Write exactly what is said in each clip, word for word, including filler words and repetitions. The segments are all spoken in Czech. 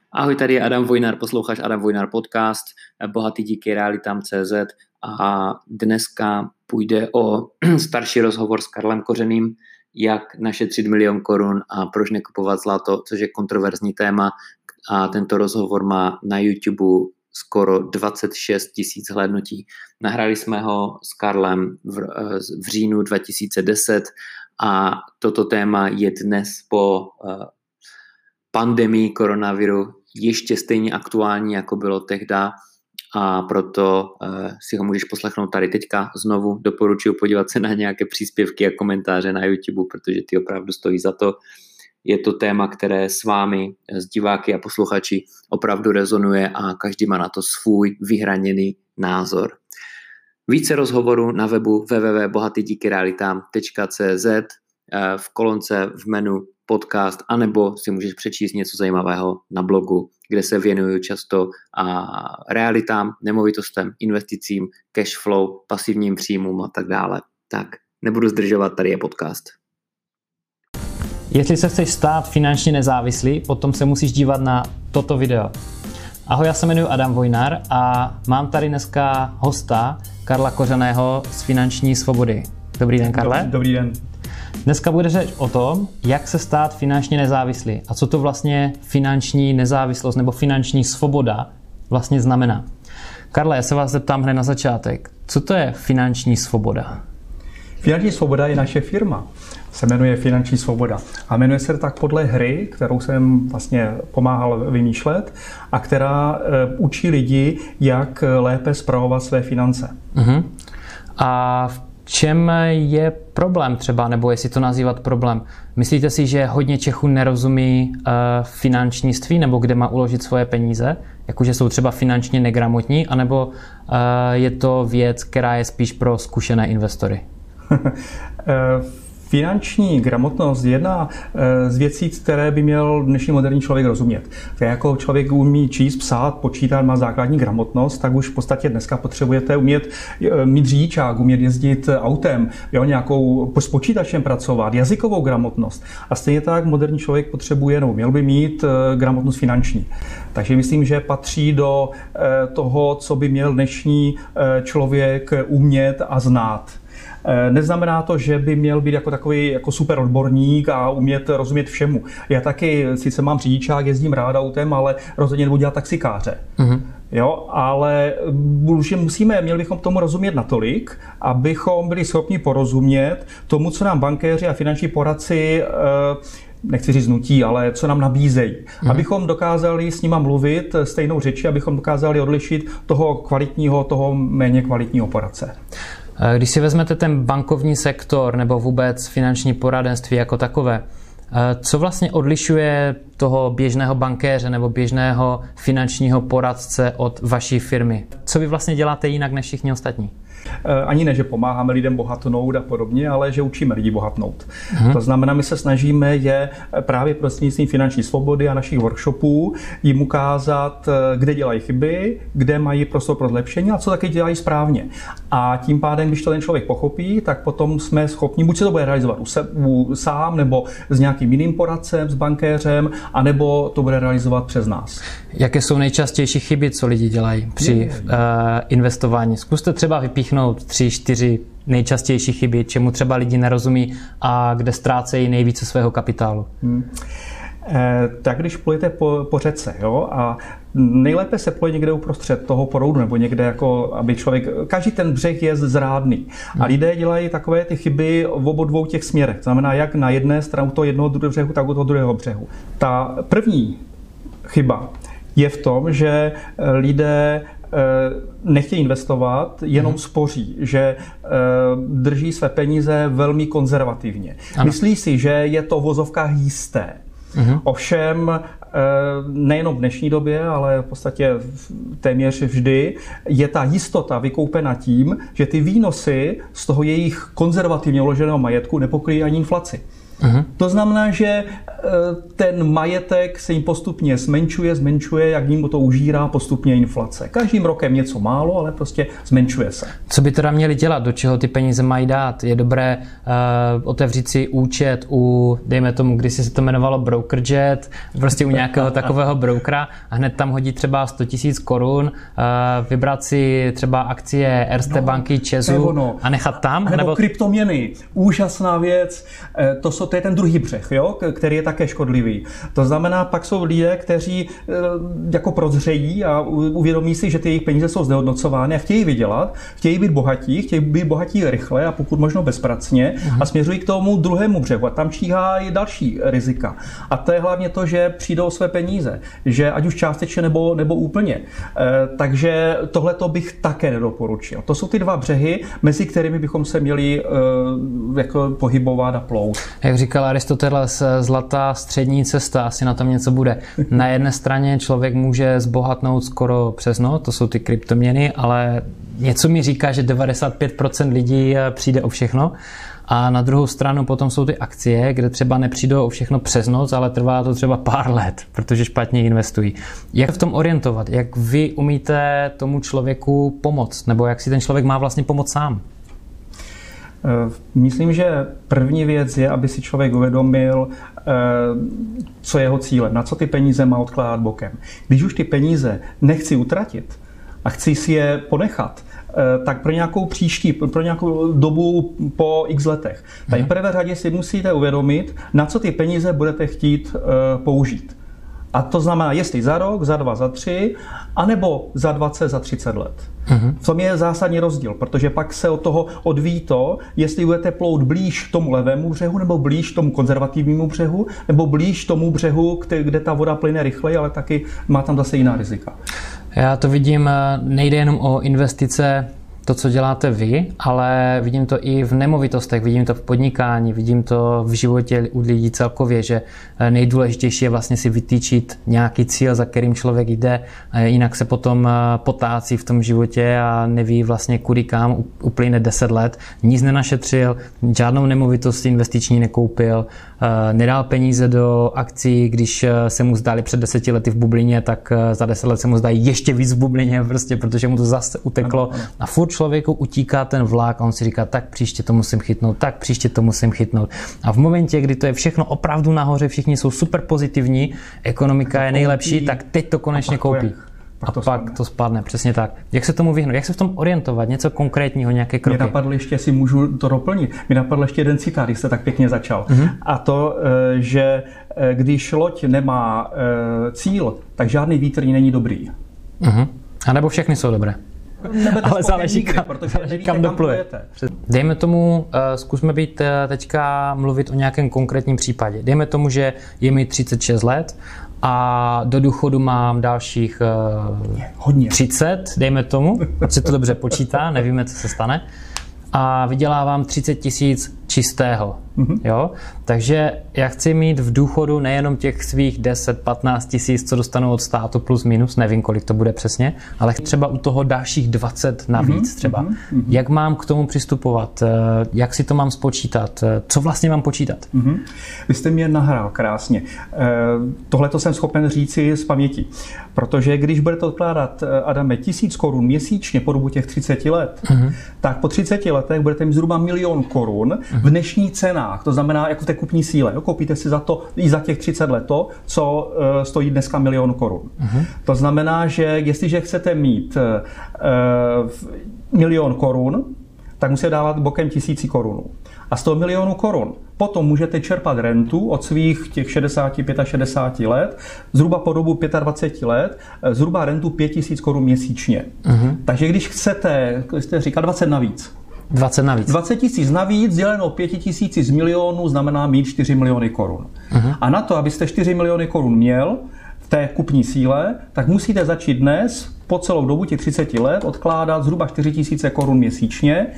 Ahoj, tady je Adam Vojnar, posloucháš Adam Vojnar podcast, bohatý díky realitám tečka cé zet a dneska půjde o starší rozhovor s Karlem Kořeným, jak našetřit milion korun a proč nekupovat zlato, což je kontroverzní téma a tento rozhovor má na YouTube skoro dvacet šest tisíc hlédnutí. Nahrali jsme ho s Karlem v, v říjnu dva tisíce deset a toto téma je dnes po uh, pandemii koronaviru ještě stejně aktuální, jako bylo tehda, a proto uh, si ho můžeš poslechnout tady teďka znovu. Doporučuji podívat se na nějaké příspěvky a komentáře na YouTube, protože ty opravdu stojí za to. Je to téma, které s vámi, s diváky a posluchači opravdu rezonuje a každý má na to svůj vyhraněný názor. Více rozhovorů na webu w w w tečka bohatý díky realitám tečka cé zet v kolonce v menu podcast, anebo si můžeš přečíst něco zajímavého na blogu, kde se věnuju často a realitám, nemovitostem, investicím, cash flow, pasivním příjmům a tak dále. Tak nebudu zdržovat, tady je podcast. Jestli se chceš stát finančně nezávislý, potom se musíš dívat na toto video. Ahoj, já se jmenuji Adam Vojnar a mám tady dneska hosta Karla Kořeného z Finanční svobody. Dobrý den, Karle. Dobrý, dobrý den. Dneska bude řeč o tom, jak se stát finančně nezávislý a co to vlastně finanční nezávislost nebo finanční svoboda vlastně znamená. Karle, já se vás zeptám hned na začátek. Co to je finanční svoboda? Finanční svoboda je naše firma. Se jmenuje Finanční svoboda. A jmenuje se tak podle hry, kterou jsem vlastně pomáhal vymýšlet a která e, učí lidi, jak lépe spravovat své finance. Uh-huh. A v čem je problém třeba, nebo jestli to nazývat problém? Myslíte si, že hodně Čechů nerozumí uh, finančnictví, nebo kde má uložit svoje peníze? Jakože jsou třeba finančně negramotní, anebo uh, je to věc, která je spíš pro zkušené investory? Finanční gramotnost je jedna z věcí, které by měl dnešní moderní člověk rozumět. To je jako člověk umí číst, psát, počítat, má základní gramotnost, tak už v podstatě dneska potřebujete umět mít řidičák, umět jezdit autem, jo, nějakou s počítačem pracovat, jazykovou gramotnost. A stejně tak moderní člověk potřebuje, nebo měl by mít gramotnost finanční. Takže myslím, že patří do toho, co by měl dnešní člověk umět a znát. Neznamená to, že by měl být jako takový jako super odborník a umět rozumět všemu. Já taky sice mám řidičák, jezdím rád autem, ale rozhodně nebudu dělat taxikáře. Uh-huh. Jo, ale musíme, měli bychom tomu rozumět natolik, abychom byli schopni porozumět tomu, co nám bankéři a finanční poradci nechci říct nutí, ale co nám nabízejí. Hmm. Abychom dokázali s nima mluvit stejnou řeči, abychom dokázali odlišit toho kvalitního, toho méně kvalitního poradce. Když si vezmete ten bankovní sektor nebo vůbec finanční poradenství jako takové, co vlastně odlišuje toho běžného bankéře nebo běžného finančního poradce od vaší firmy? Co vy vlastně děláte jinak než všichni ostatní? Ani ne, že pomáháme lidem bohatnout a podobně, ale že učíme lidi bohatnout. Hmm. To znamená, my se snažíme je právě prostřednictvím finanční svobody a našich workshopů jim ukázat, kde dělají chyby, kde mají prostor pro zlepšení a co taky dělají správně. A tím pádem, když to ten člověk pochopí, tak potom jsme schopni, buď se to bude realizovat u se, u sám, nebo s nějakým jiným poradcem, s bankéřem, anebo to bude realizovat přes nás. Jaké jsou nejčastější chyby, co lidi dělají při uh, investování? Zkuste třeba vypíchnout tři, čtyři nejčastější chyby, čemu třeba lidi nerozumí a kde ztrácejí nejvíce svého kapitálu. Hmm. Eh, tak když plujete po, po řece, jo, a nejlépe se pluje někde uprostřed toho proudu, nebo někde jako, aby člověk, každý ten břeh je zrádný. Hmm. A lidé dělají takové ty chyby v obou dvou těch směrech. To znamená, jak na jedné straně toho jednoho druhého břehu, tak u toho druhého břehu. Ta první chyba je v tom, že lidé nechtějí investovat, jenom hmm. spoří, že drží své peníze velmi konzervativně. Ano. Myslí si, že je to v vozovkách jisté. Hmm. Ovšem nejenom v dnešní době, ale v podstatě téměř vždy je ta jistota vykoupena tím, že ty výnosy z toho jejich konzervativně uloženého majetku nepokryjí ani inflaci. Uh-huh. To znamená, že ten majetek se jim postupně zmenšuje, zmenšuje, jak jim to užírá postupně inflace. Každým rokem něco málo, ale prostě zmenšuje se. Co by teda měli dělat? Do čeho ty peníze mají dát? Je dobré uh, otevřít si účet u, dejme tomu, když se to jmenovalo Brokerjet, prostě u nějakého takového brokera a hned tam hodit třeba sto tisíc korun, uh, vybrat si třeba akcie Erste no, banky, Česu a nechat tam? Nebo, nebo kryptoměny. Úžasná věc. To, jsou, to je ten druhý břeh, jo, který je také škodlivý. To znamená, pak jsou lidé, kteří jako prozřejí a uvědomí si, že ty jejich peníze jsou znehodnocovány a chtějí vydělat, chtějí být bohatí, chtějí být bohatí rychle a pokud možno bezpracně uh-huh. a směřují k tomu druhému břehu a tam číhá i další rizika. A to je hlavně to, že přijdou své peníze, že ať už částečně nebo, nebo úplně. E, takže tohleto bych také nedoporučil. To jsou ty dva břehy, mezi kterými bychom se měli e, jako pohybovat a plout. Jak říkal Aristoteles, zlatá střední cesta, asi na tom něco bude. Na jedné straně člověk může zbohatnout skoro přes noc, to jsou ty kryptoměny, ale něco mi říká, že devadesát pět procent lidí přijde o všechno. A na druhou stranu potom jsou ty akcie, kde třeba nepřijdou o všechno přes noc, ale trvá to třeba pár let, protože špatně investují. Jak v tom orientovat? Jak vy umíte tomu člověku pomoct? Nebo jak si ten člověk má vlastně pomoct sám? Myslím, že první věc je, aby si člověk uvědomil, co je jeho cílem, na co ty peníze má odkládat bokem. Když už ty peníze nechci utratit a chci si je ponechat, tak pro nějakou příští, pro nějakou dobu po x letech. Tady v prvé řadě si musíte uvědomit, na co ty peníze budete chtít použít. A to znamená, jestli za rok, za dva, za tři, anebo za dvacet, za třicet let. Uh-huh. V tom je zásadní rozdíl, protože pak se od toho odvíjí to, jestli budete plout blíž k tomu levému břehu, nebo blíž k tomu konzervativnímu břehu, nebo blíž k tomu břehu, kde ta voda plyne rychleji, ale taky má tam zase jiná rizika. Já to vidím, nejde jenom o investice, to, co děláte vy, ale vidím to i v nemovitostech, vidím to v podnikání, vidím to v životě u lidí celkově, že nejdůležitější je vlastně si vytýčit nějaký cíl, za kterým člověk jde, jinak se potom potácí v tom životě a neví vlastně kudy kam, uplyne deset let, nic nenašetřil, žádnou nemovitost investiční nekoupil, nedal peníze do akcí, když se mu zdáli před deseti lety v bublině, tak za deset let se mu zdají ještě víc v bublině, prostě, protože mu to zase uteklo a furt člověku utíká ten vlak a on si říká, tak příště to musím chytnout, tak příště to musím chytnout. A v momentě, kdy to je všechno opravdu nahoře, všichni jsou super pozitivní, ekonomika je nejlepší, tak teď to konečně koupí. Pak to a pak spadne. to spadne, přesně tak. Jak se tomu vyhnout? Jak se v tom orientovat? Něco konkrétního, nějaké kroky? Mě napadlo ještě, jestli můžu to doplnit, mě napadl ještě jeden citát, když jste tak pěkně začal. Mm-hmm. A to, že když loď nemá cíl, tak žádný vítr není dobrý. Mm-hmm. A nebo všechny jsou dobré. Ale záleží kam, protože nevíte, kam dopluje. Dejme tomu, uh, zkusme být uh, teďka mluvit o nějakém konkrétním případě. Dejme tomu, že je mi třicet šest let a do důchodu mám dalších uh, hodně. třicet, dejme tomu, ať se to dobře počítá, nevíme, co se stane. A vydělávám třicet tisíc čistého. Mm-hmm. Jo? Takže já chci mít v důchodu nejenom těch svých deset patnáct tisíc, co dostanu od státu plus minus, nevím, kolik to bude přesně, ale třeba u toho dalších dvacet navíc mm-hmm. třeba. Mm-hmm. Jak mám k tomu přistupovat? Jak si to mám spočítat? Co vlastně mám počítat? Mm-hmm. Vy jste mě nahrál krásně. Tohle to jsem schopen říci z paměti. Protože když budete odkládat, Adame, tisíc korun měsíčně po dobu těch třiceti let, mm-hmm. tak po třiceti letech budete mít zhruba milion korun mm-hmm. v dnešních cenách. To znamená jako v té kupní síle. Jo? Koupíte si za to i za těch třicet let to, co uh, stojí dneska milion korun. Mm-hmm. To znamená, že jestliže chcete mít uh, milion korun, tak musíte dávat bokem tisíci korunů. A z toho milionu korun potom můžete čerpat rentu od svých těch šedesát, šedesát pět let, zhruba po dobu dvacet pět let, zhruba rentu pět tisíc korun měsíčně. Uh-huh. Takže když chcete, jste říkal dvacet navíc. dvacet navíc. dvacet tisíc navíc, děleno pět tisíc z milionu, znamená mít čtyři miliony korun. Uh-huh. A na to, abyste čtyři miliony korun měl v té kupní síle, tak musíte začít dnes po celou dobu těch třicet let odkládat zhruba čtyři tisíce korun měsíčně.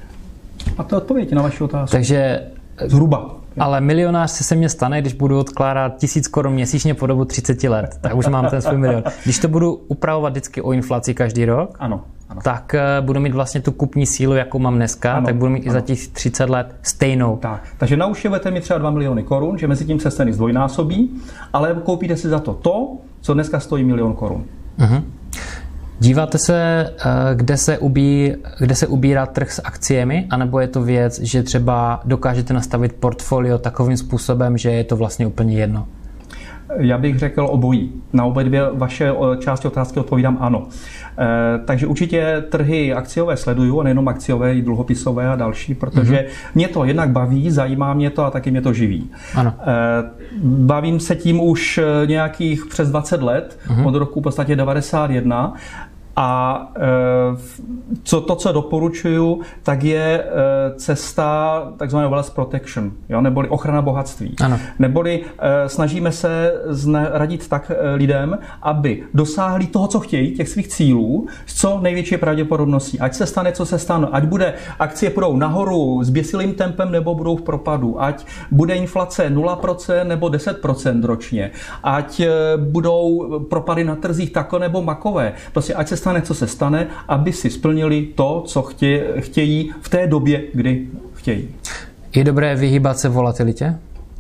A to je odpověď na vaši otázku. Takže zhruba. Ale milionář se se mně stane, když budu odkládat tisíc korun měsíčně po dobu třicet let. Tak už mám ten svůj milion. Když to budu upravovat vždycky o inflaci každý rok, ano. ano. tak budu mít vlastně tu kupní sílu, jakou mám dneska, ano, tak budu mít ano. i za těch třicet let stejnou. Tak, takže na uši budete mít třeba dva miliony korun, že mezi tím se ceny zdvojnásobí, ale koupíte si za to to, co dneska stojí milion korun. Uh-huh. Díváte se, kde se, ubí, kde se ubírá trh s akciemi, anebo je to věc, že třeba dokážete nastavit portfolio takovým způsobem, že je to vlastně úplně jedno? Já bych řekl obojí. Na obě dvě vaše části otázky odpovídám ano. E, takže určitě trhy akciové sleduju, a nejenom akciové, i dluhopisové a další, protože mm-hmm. mě to jednak baví, zajímá mě to a taky mě to živí. Ano. E, bavím se tím už nějakých přes dvacet let, mm-hmm. od roku v podstatě devadesát jedna. A co, to, co doporučuju, tak je cesta takzvaného wealth protection, jo? Neboli ochrana bohatství. Ano. Neboli snažíme se radit tak lidem, aby dosáhli toho, co chtějí, těch svých cílů, s co největší pravděpodobností. Ať se stane, co se stane. Ať bude akcie půjdou nahoru s běsilým tempem, nebo budou v propadu. Ať bude inflace nula procent nebo deset procent ročně. Ať budou propady na trzích tako nebo makové. Prostě ať se stane, co se stane, aby si splnili to, co chtě, chtějí v té době, kdy chtějí. Je dobré vyhýbat se volatilitě?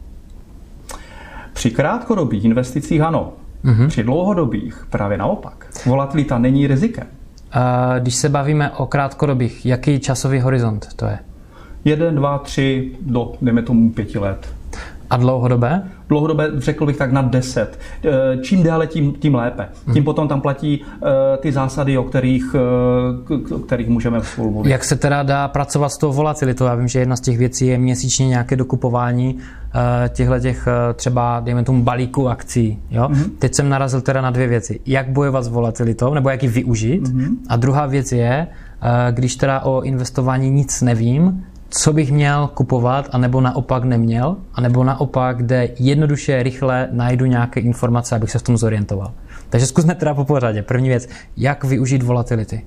Při krátkodobých investicích ano. Mm-hmm. Při dlouhodobých právě naopak. Volatilita není rizikem. A když se bavíme o krátkodobých, jaký časový horizont to je? Jeden, dva, tři, do, dejme tomu, pěti let. A dlouhodobé? Dlouhodobé řekl bych tak na deset. Čím déle, tím, tím lépe. Tím hmm. potom tam platí uh, ty zásady, o kterých, uh, o kterých můžeme spolu mluvit. Jak se teda dá pracovat s tou volatilitou? Já vím, že jedna z těch věcí je měsíčně nějaké dokupování uh, těchto těch, uh, třeba, dejme tomu, balíku akcí. Jo? Hmm. Teď jsem narazil teda na dvě věci. Jak bojovat s volatilitou, nebo jak ji využít? Hmm. A druhá věc je, uh, když teda o investování nic nevím, co bych měl kupovat, anebo naopak neměl, anebo naopak, kde jednoduše, rychle najdu nějaké informace, abych se v tom zorientoval. Takže zkusme teda po pořadě. První věc, jak využít volatility?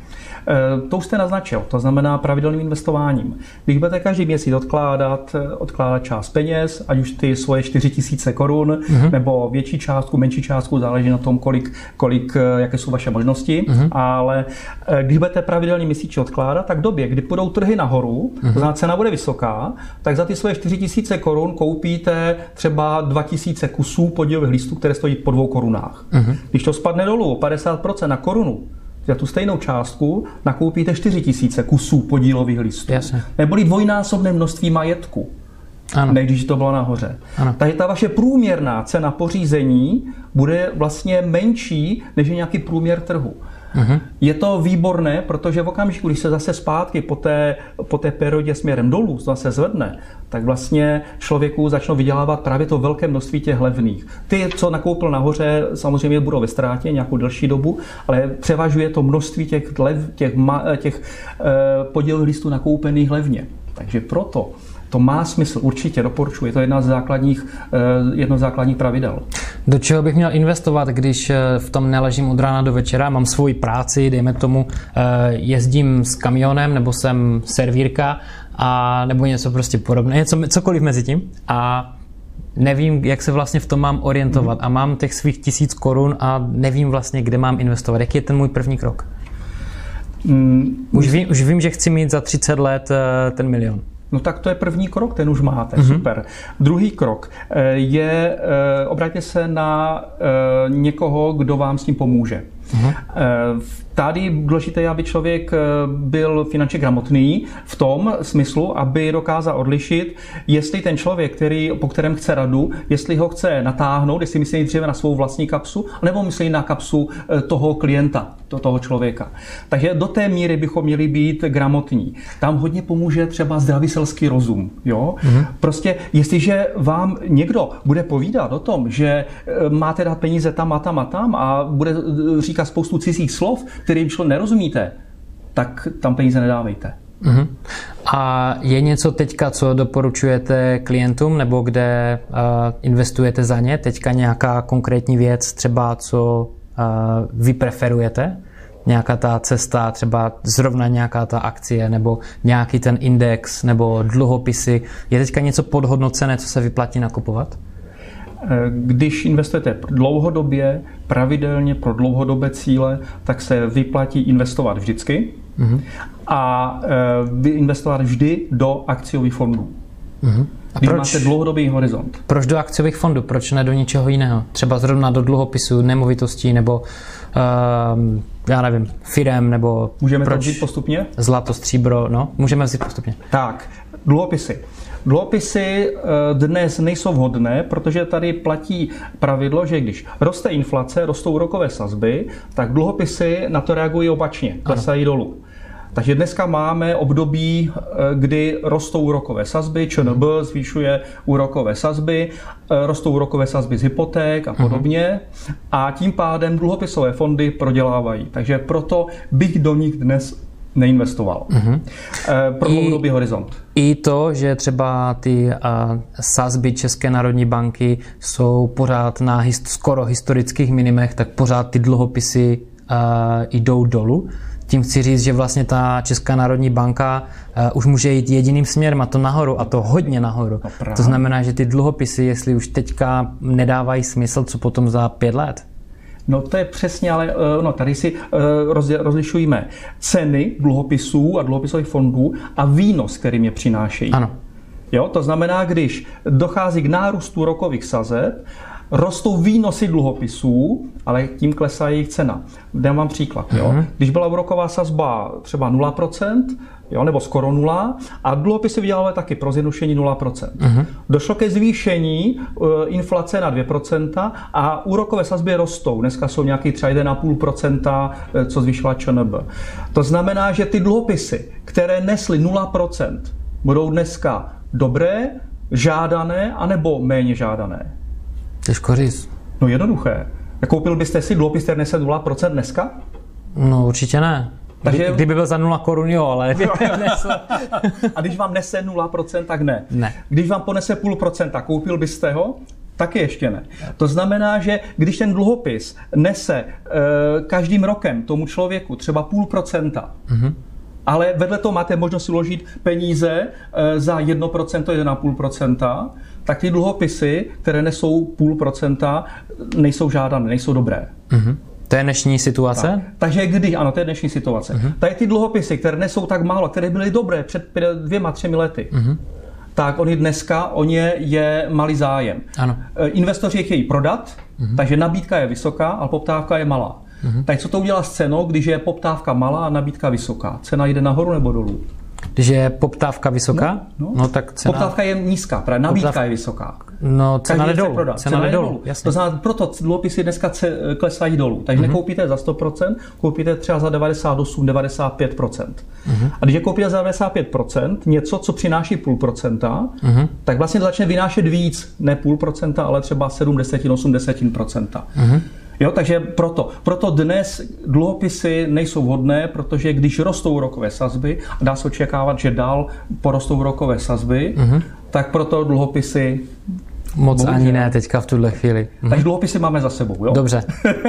To už jste naznačil, to znamená pravidelným investováním. Když budete každý měsíc odkládat, odkládat část peněz, ať už ty svoje čtyři tisíce korun, mm-hmm. nebo větší částku, menší částku, záleží na tom, kolik, kolik, jaké jsou vaše možnosti, mm-hmm. ale když budete pravidelně měsíčně odkládat, tak v době, kdy půjdou trhy nahoru, mm-hmm. to znamená cena bude vysoká, tak za ty svoje čtyři tisíce korun koupíte třeba dva tisíce kusů podílových listů, které stojí po dvou korunách. Mm-hmm. Když to spadne dolů o padesát procent na korunu, za tu stejnou částku nakoupíte čtyři tisíce kusů podílových listů. Jasně. Neboli dvojnásobné množství majetku, ano. než když to bylo nahoře. Ano. Takže ta vaše průměrná cena pořízení bude vlastně menší, než je nějaký průměr trhu. Uh-huh. Je to výborné, protože v okamžiku, když se zase zpátky po té, po té periodě směrem dolů zase zvedne, tak vlastně člověku začnou vydělávat právě to velké množství těch levných. Ty, co nakoupil nahoře, samozřejmě budou ve ztrátě nějakou delší dobu, ale převažuje to množství těch, lev, těch, těch eh, podílových listů nakoupených levně. Takže proto to má smysl, určitě doporučuji. Je to jedna z základních, jedno z základních pravidel. Do čeho bych měl investovat, když v tom neležím od rána do večera, mám svoji práci, dejme tomu, jezdím s kamionem, nebo jsem servírka, a nebo něco prostě podobné, něco, cokoliv mezi tím, a nevím, jak se vlastně v tom mám orientovat, mm. a mám těch svých tisíc korun a nevím vlastně, kde mám investovat. Jaký je ten můj první krok? Mm. Už, vím, už vím, že chci mít za třicet let ten milion. No tak to je první krok, ten už máte, mm-hmm. super. Druhý krok je, obráťte se na někoho, kdo vám s tím pomůže. Mm-hmm. Tady důležité je, aby člověk byl finančně gramotný v tom smyslu, aby dokázal odlišit, jestli ten člověk, který, po kterém chce radu, jestli ho chce natáhnout, jestli myslí dříve na svou vlastní kapsu, nebo myslí na kapsu toho klienta, toho člověka. Takže do té míry bychom měli být gramotní. Tam hodně pomůže třeba zdravý selský rozum. Jo? Mm-hmm. Prostě, jestliže vám někdo bude povídat o tom, že máte dát peníze tam a tam a tam a bude říkat spoustu cizích slov, kterým šlo nerozumíte, tak tam peníze nedávejte. Uh-huh. A je něco teďka, co doporučujete klientům, nebo kde uh, investujete za ně? Teďka nějaká konkrétní věc, třeba co uh, vy preferujete? Nějaká ta cesta, třeba zrovna nějaká ta akcie, nebo nějaký ten index, nebo dluhopisy. Je teďka něco podhodnocené, co se vyplatí nakupovat? Když investujete dlouhodobě, pravidelně pro dlouhodobé cíle, tak se vyplatí investovat vždycky mm-hmm. a investovat vždy do akciových fondů. Mm-hmm. A když proč, máte dlouhodobý horizont. Proč do akciových fondů? Proč ne do ničeho jiného? Třeba zrovna do dluhopisů, nemovitostí nebo uh, já nevím, firem nebo... Můžeme to vzít postupně? Zlato, stříbro, no, můžeme vzít postupně. Tak, dluhopisy. Dluhopisy dnes nejsou vhodné, protože tady platí pravidlo, že když roste inflace, rostou úrokové sazby, tak dluhopisy na to reagují opačně, klesají dolů. Takže dneska máme období, kdy rostou úrokové sazby, ČNB zvýšuje úrokové sazby, rostou úrokové sazby z hypoték a podobně a tím pádem dluhopisové fondy prodělávají. Takže proto bych do nich dnes neinvestoval. Uh-huh. Pro dlouhodobý horizont. I to, že třeba ty uh, sazby České národní banky jsou pořád na hist- skoro historických minimech, tak pořád ty dluhopisy uh, jdou dolů. Tím chci říct, že vlastně ta Česká národní banka uh, už může jít jediným směrem, a to nahoru, a to hodně nahoru. No, to znamená, že ty dluhopisy, jestli už teďka nedávají smysl, co potom za pět let? No to je přesně, ale no, tady si rozlišujeme ceny dluhopisů a dluhopisových fondů a výnos, který mě přinášejí. Ano. Jo, to znamená, když dochází k nárůstu rokových sazeb, rostou výnosy dluhopisů, ale tím klesá jejich cena. Dám vám příklad. Jo. Uh-huh. Když byla úroková sazba třeba nula procent, jo, nebo skoro nula, a dluhopisy vydělávaly taky pro zjednodušení nula procent. Uh-huh. Došlo ke zvýšení uh, inflace na dvě procenta a úrokové sazby rostou. Dneska jsou nějaký třeba jedna celá pět procenta, co zvýšila ČNB. To znamená, že ty dluhopisy, které nesly nula procent, budou dneska dobré, žádané, anebo méně žádané. Těžko říct. No jednoduché. Koupil byste si dluhopis, který nese nula procent dneska? No určitě ne. Takže... Kdy, kdyby byl za nula korun, jo, ale... A když vám nese nula procent, tak ne. Ne. Když vám ponese půl procenta, koupil byste ho? Taky ještě ne. To znamená, že když ten dluhopis nese e, každým rokem tomu člověku třeba půl procenta, mm-hmm. ale vedle toho máte možnost uložit peníze e, za jedno procento, jedna celá pět procenta, tak ty dluhopisy, které nesou půl procenta, nejsou žádané, nejsou dobré. Mm-hmm. To je dnešní situace? Tak. Takže když, ano, to je dnešní situace. Uh-huh. Tady ty dluhopisy, které nesou tak málo, které byly dobré před dvěma, třemi lety, uh-huh. tak oni dneska, o ně je malý zájem. Ano. Investoři je chtějí prodat, uh-huh. takže nabídka je vysoká, ale poptávka je malá. Uh-huh. Tak co to udělá s cenou, když je poptávka malá a nabídka vysoká? Cena jde nahoru nebo dolů? Když je poptávka vysoká, no, no. no tak cena... Poptávka je nízká, právě nabídka Poptáv... je vysoká. No, cena jde dolů. Cena, cena jde dolů. Jasně. To znamená, proto dluhopisy dneska klesají dolů. Takže mm-hmm. nekoupíte za sto procent, koupíte třeba za devadesát osm, devadesát pět procent. Mm-hmm. A když je koupíte za devadesát pět procent něco, co přináší půl procenta, mm-hmm. tak vlastně to začne vynášet víc, ne půl procenta, ale třeba sedm desetin, osm desetin procenta. Mm-hmm. Jo, takže proto, proto dnes dluhopisy nejsou vhodné, protože když rostou úrokové sazby, a dá se očekávat, že dál porostou úrokové sazby, mm-hmm. tak proto dluhopisy... Moc bohužel. Ani ne teďka v tuhle chvíli. Mm-hmm. Takže dluhopisy máme za sebou, jo? Dobře.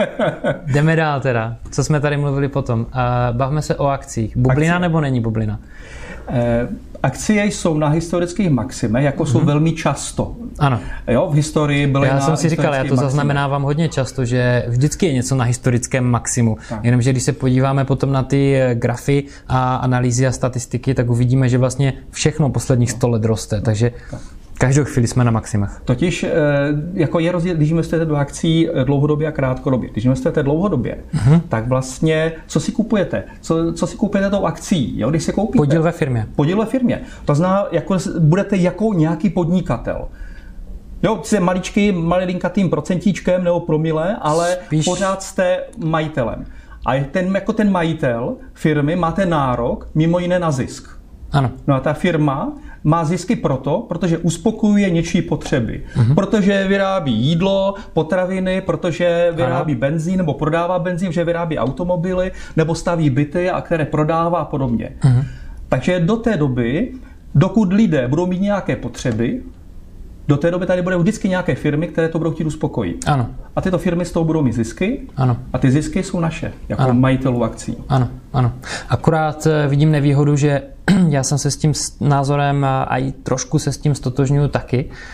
Jdeme dál teda. Co jsme tady mluvili potom? Uh, bavme se o akcích. Bublina Akcie. Nebo není bublina? Eh, akcie jsou na historických maximech, jako mm-hmm. jsou velmi často. Ano. Jo, v historii byly já na jsem si říkal, já to maxima. Zaznamenávám hodně často, že vždycky je něco na historickém maximu. Tak. Jenomže když se podíváme potom na ty grafy a analýzy a statistiky, tak uvidíme, že vlastně všechno posledních sto let roste. Takže tak. Každou chvíli jsme na maximech. Totiž jako je rozdíl, když investujete do akcí dlouhodobě a krátkodobě. Když investujete dlouhodobě, uh-huh. tak vlastně co si kupujete? Co, co si kupujete tou akcí? Jo? Když se koupíte? Podíl ve firmě. Podíl ve firmě. To znamená, jako budete jako nějaký podnikatel. Jo, jste maličký, malinkatým procentíčkem nebo promile, ale Spíš... pořád jste majitelem. A ten, jako ten majitel firmy máte nárok mimo jiné na zisk. Ano. No a ta firma má zisky proto, protože uspokojuje něčí potřeby. Uh-huh. Protože vyrábí jídlo, potraviny, protože vyrábí ano. benzín nebo prodává benzín, že vyrábí automobily nebo staví byty, a které prodává a podobně. Uh-huh. Takže do té doby, dokud lidé budou mít nějaké potřeby, do té doby tady budou vždycky nějaké firmy, které to budou chtít uspokojit. Ano. A tyto firmy z toho budou mít zisky. Ano. A ty zisky jsou naše, jako ano. majitelů akcí. Ano, ano. Akorát vidím nevýhodu, že já jsem se s tím názorem a i trošku se s tím stotožňuju taky.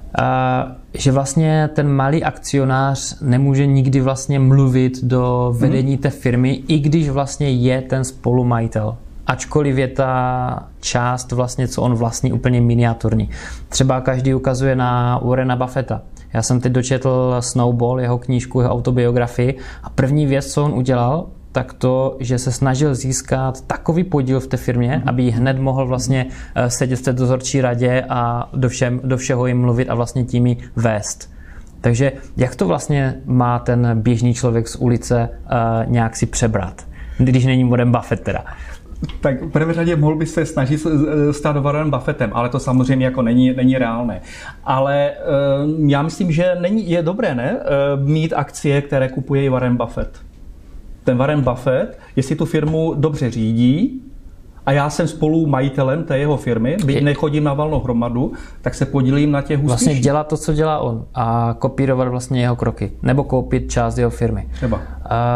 že vlastně ten malý akcionář nemůže nikdy vlastně mluvit do vedení té firmy, i když vlastně je ten spolumajitel. Ačkoliv je ta část vlastně, co on vlastní, úplně miniaturní. Třeba každý ukazuje na Warrena Buffetta. Já jsem teď dočetl Snowball, jeho knížku, jeho autobiografii a první věc, co on udělal, tak to, že se snažil získat takový podíl v té firmě, aby hned mohl vlastně sedět v té dozorčí radě a do, všem, do všeho jim mluvit a vlastně tím ji vést. Takže jak to vlastně má ten běžný člověk z ulice uh, nějak si přebrat, když není Warren Buffett teda? Tak v prvé řadě mohl by se snažit stát Warrenem Buffettem, ale to samozřejmě jako není, není reálné. Ale uh, já myslím, že není, je dobré, ne, uh, mít akcie, které kupuje i Warren Buffett. Ten Warren Buffett, jestli tu firmu dobře řídí a já jsem spolu majitelem té jeho firmy, byť nechodím na valnou hromadu, tak se podílím na těch úspěších. Vlastně dělat to, co dělá on a kopírovat vlastně jeho kroky. Nebo koupit část jeho firmy. Třeba. Uh,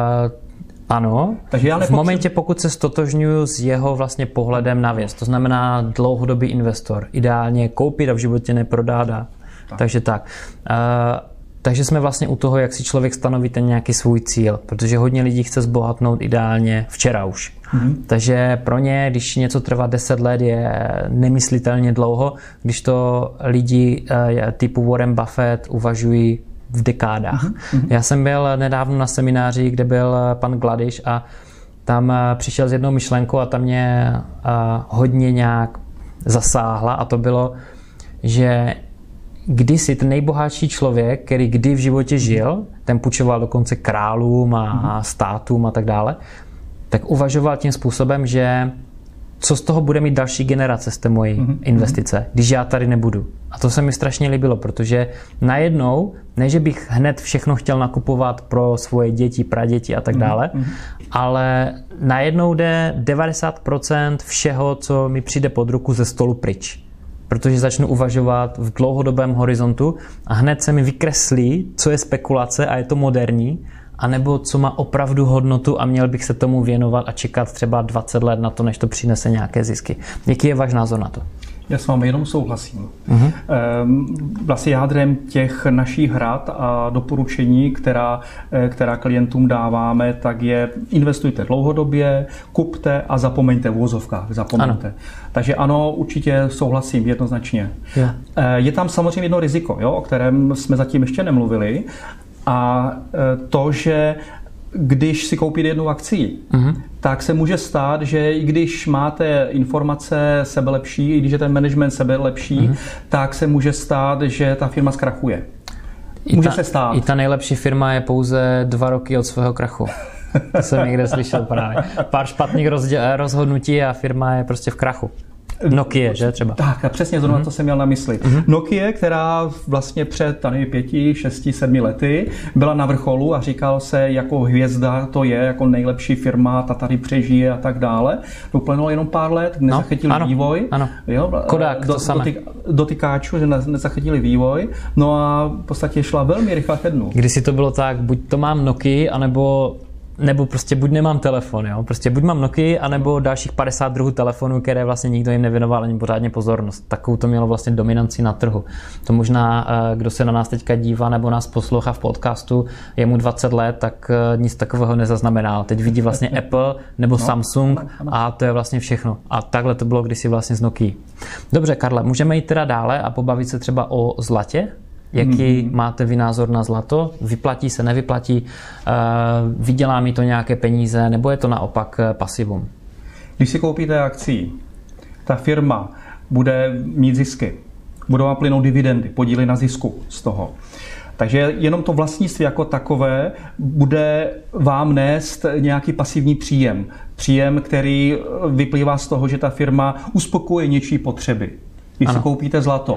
ano, takže já v momentě, pokud se stotožňuju s jeho vlastně pohledem na věc, to znamená dlouhodobý investor, ideálně koupit a v životě neprodá. Tak. Takže tak. Uh, Takže jsme vlastně u toho, jak si člověk stanoví ten nějaký svůj cíl, protože hodně lidí chce zbohatnout ideálně včera už. Mm-hmm. Takže pro ně, když něco trvá deset let, je nemyslitelně dlouho, když to lidi typu Warren Buffett uvažují v dekádách. Mm-hmm. Já jsem byl nedávno na semináři, kde byl pan Gladiš a tam přišel s jednou myšlenkou a tam mě hodně nějak zasáhla a to bylo, že kdysi ten nejbohatší člověk, který kdy v životě žil, ten půjčoval dokonce králům a státům a tak dále, tak uvažoval tím způsobem, že co z toho bude mít další generace z té mojí mm-hmm. investice, když já tady nebudu. A to se mi strašně líbilo, protože najednou, ne, že bych hned všechno chtěl nakupovat pro svoje děti, praděti a tak dále, mm-hmm. ale najednou jde devadesát procent všeho, co mi přijde pod ruku, ze stolu pryč. Protože začnu uvažovat v dlouhodobém horizontu a hned se mi vykreslí, co je spekulace a je to moderní, anebo co má opravdu hodnotu a měl bych se tomu věnovat a čekat třeba dvacet let na to, než to přinese nějaké zisky. Jaký je váš názor na to? Já s vámi jenom souhlasím. Uh-huh. Vlastně jádrem těch našich rad a doporučení, která, která klientům dáváme, tak je investujte dlouhodobě, kupte a zapomeňte v uvozovkách. Zapomeňte. Ano. Takže ano, určitě souhlasím jednoznačně. Yeah. Je tam samozřejmě jedno riziko, jo, o kterém jsme zatím ještě nemluvili, a to, že když si koupíte jednu akci, uh-huh. tak se může stát, že i když máte informace sebelepší, i když je ten management sebelepší, uh-huh. tak se může stát, že ta firma zkrachuje. I může ta, se stát. I ta nejlepší firma je pouze dva roky od svého krachu. To jsem někde slyšel právě. Pár špatných rozděl, rozhodnutí a firma je prostě v krachu. Nokia, že třeba? Tak, a přesně zrovna mm-hmm. to jsem měl na mysli. Mm-hmm. Nokia, která vlastně před tady pěti, šesti, sedmi lety byla na vrcholu a říkal se, jako hvězda to je, jako nejlepší firma, ta tady přežije a tak dále. Uplynulo jenom pár let, nezachytili no, ano, vývoj. Ano. Jo, Kodak, do, to samé. Dotyk, dotykáčů, že nezachytili vývoj. No a v podstatě šla velmi rychle ke dnu. Kdysi to bylo tak, buď to mám Nokia, anebo nebo prostě buď nemám telefon, jo? Prostě buď mám Nokia, anebo dalších padesát druhů telefonů, které vlastně nikdo jim nevěnoval ani pořádně pozornost. Takovou to mělo vlastně dominanci na trhu. To možná, kdo se na nás teďka dívá nebo nás poslouchá v podcastu, je mu dvacet let, tak nic takového nezaznamenal. Teď vidí vlastně Apple nebo no, Samsung ano, ano. a to je vlastně všechno. A takhle to bylo kdysi vlastně z Nokia. Dobře, Karle, můžeme jít teda dále a pobavit se třeba o zlatě? Jaký mm-hmm. máte vy názor na zlato? Vyplatí se, nevyplatí? Uh, vydělá mi to nějaké peníze? Nebo je to naopak pasivum? Když si koupíte akci, ta firma bude mít zisky. Budou vám plynout dividendy, podíly na zisku z toho. Takže jenom to vlastnictví jako takové bude vám nést nějaký pasivní příjem. Příjem, který vyplývá z toho, že ta firma uspokojuje něčí potřeby. Když ano. si koupíte zlato,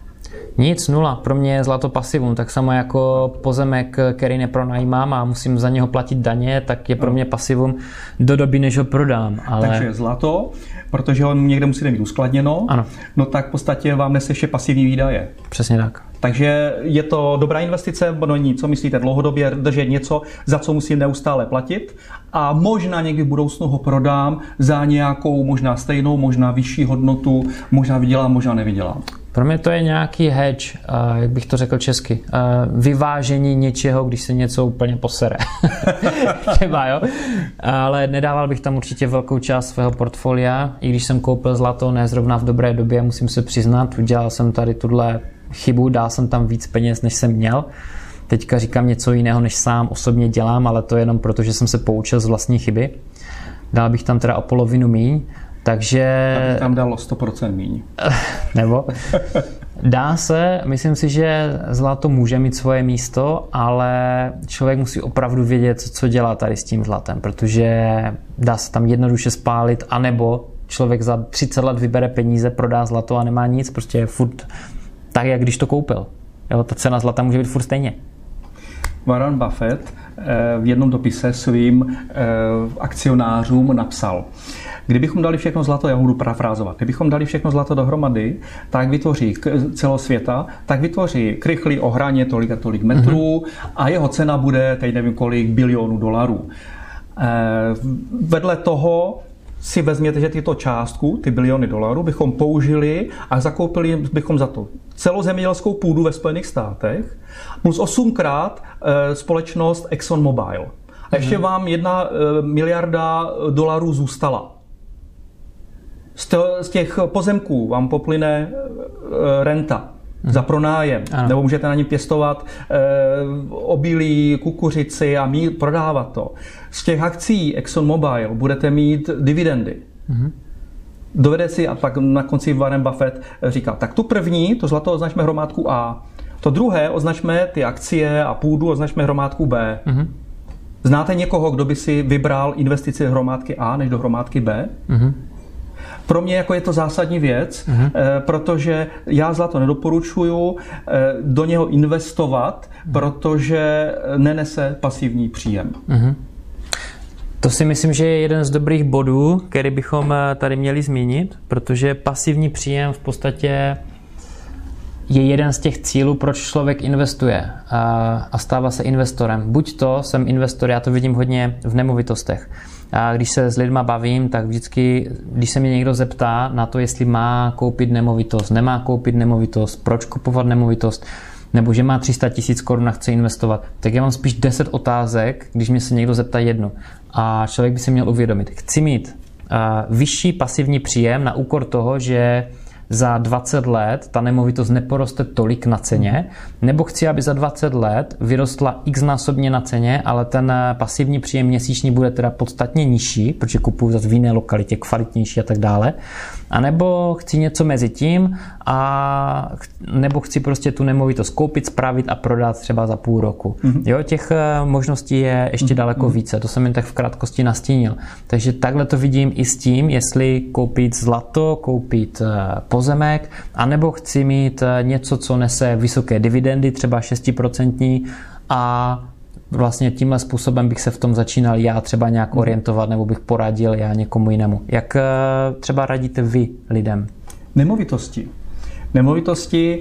nic, nula. Pro mě je zlato pasivum. Tak samo jako pozemek, který nepronajímám a musím za něho platit daně, tak je pro mě pasivum do doby, než ho prodám. Ale... Takže zlato, protože ho někde musíte mít uskladněno, ano. no tak v podstatě vám nese ještě pasivní výdaje. Přesně tak. Takže je to dobrá investice, no ní, co myslíte, dlouhodobě držet něco, za co musím neustále platit a možná někdy v budoucnu ho prodám za nějakou možná stejnou, možná vyšší hodnotu, možná vydělám, možná nevydělám. Pro mě to je nějaký hedge, uh, jak bych to řekl česky, uh, vyvážení něčeho, když se něco úplně posere. Třeba, jo? Ale nedával bych tam určitě velkou část svého portfolia, i když jsem koupil zlato, ne zrovna v dobré době, musím se přiznat, udělal jsem tady tuhle chybu, dal jsem tam víc peněz, než jsem měl. Teďka říkám něco jiného, než sám osobně dělám, ale to je jenom proto, že jsem se poučil z vlastní chyby. Dal bych tam teda o polovinu míň, takže... Abych tam dal sto procent míň. Nebo? Dá se, myslím si, že zlato může mít svoje místo, ale člověk musí opravdu vědět, co dělá tady s tím zlatem, protože dá se tam jednoduše spálit, anebo člověk za třicet let vybere peníze, prodá zlato a nemá nic, prostě je furt tak, jak když to koupil. Jo, ta cena zlata může být furt stejně. Warren Buffett v jednom dopise svým akcionářům napsal: kdybychom dali všechno zlato, já budu parafrázovat, kdybychom dali všechno zlato dohromady, tak vytvoří celosvěta, tak vytvoří krychlí ohraně tolik a tolik metrů mm-hmm. a jeho cena bude, teď nevím kolik, bilionů dolarů. Vedle toho si vezměte, že tyto částku, ty biliony dolarů, bychom použili a zakoupili bychom za to celou zemědělskou půdu ve Spojených státech plus osmkrát e, společnost ExxonMobil. A ještě mm-hmm. vám jedna e, miliarda dolarů zůstala. Z, to, z těch pozemků vám poplyne e, renta mm-hmm. za pronájem. Ano. Nebo můžete na ní pěstovat e, obilí, kukuřici a mít, prodávat to. Z těch akcí ExxonMobil budete mít dividendy. Mm-hmm. Dovede si, a pak na konci Warren Buffett říká, tak tu první, to zlato označme hromádku A. To druhé označme ty akcie a půdu označme hromádku B. Mm-hmm. Znáte někoho, kdo by si vybral investici hromádky A než do hromádky B? Mm-hmm. Pro mě jako je to zásadní věc, mm-hmm. protože já zlato nedoporučuju do něho investovat, protože nenese pasivní příjem. Mm-hmm. To si myslím, že je jeden z dobrých bodů, který bychom tady měli zmínit, protože pasivní příjem v podstatě je jeden z těch cílů, proč člověk investuje a stává se investorem. Buď to jsem investor, já to vidím hodně v nemovitostech. A když se s lidma bavím, tak vždycky, když se mě někdo zeptá na to, jestli má koupit nemovitost, nemá koupit nemovitost, proč kupovat nemovitost, nebo že má tři sta tisíc korun a chce investovat, tak já mám spíš deset otázek, když mě se někdo zeptá jednu. A člověk by si měl uvědomit, chci mít uh, vyšší pasivní příjem na úkor toho, že za dvacet let ta nemovitost neporoste tolik na ceně, nebo chci, aby za dvacet let vyrostla x násobně na ceně, ale ten pasivní příjem měsíční bude teda podstatně nižší, protože kupuju zase v jiné lokalitě, kvalitnější a tak dále. A nebo chci něco mezi tím, a nebo chci prostě tu nemovitost koupit, spravit a prodat třeba za půl roku. Mm-hmm. Jo, těch možností je ještě mm-hmm. daleko více, to jsem jen tak v krátkosti nastínil. Takže takhle to vidím i s tím, jestli koupit zlato, koupit pozemek, anebo chci mít něco, co nese vysoké dividendy, třeba šest procent a vlastně tímhle způsobem bych se v tom začínal já třeba nějak orientovat, nebo bych poradil já někomu jinému. Jak třeba radíte vy lidem? Nemovitosti. Nemovitosti,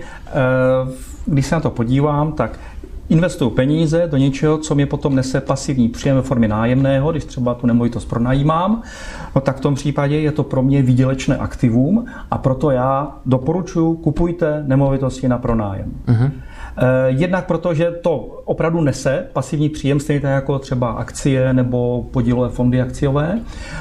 když se na to podívám, tak investuju peníze do něčeho, co mě potom nese pasivní příjem ve formě nájemného, když třeba tu nemovitost pronajímám, no tak v tom případě je to pro mě výdělečné aktivum a proto já doporučuji, kupujte nemovitosti na pronájem. Uh-huh. Jednak proto, že to opravdu nese pasivní příjem, stejně tak jako třeba akcie nebo podílové fondy akciové.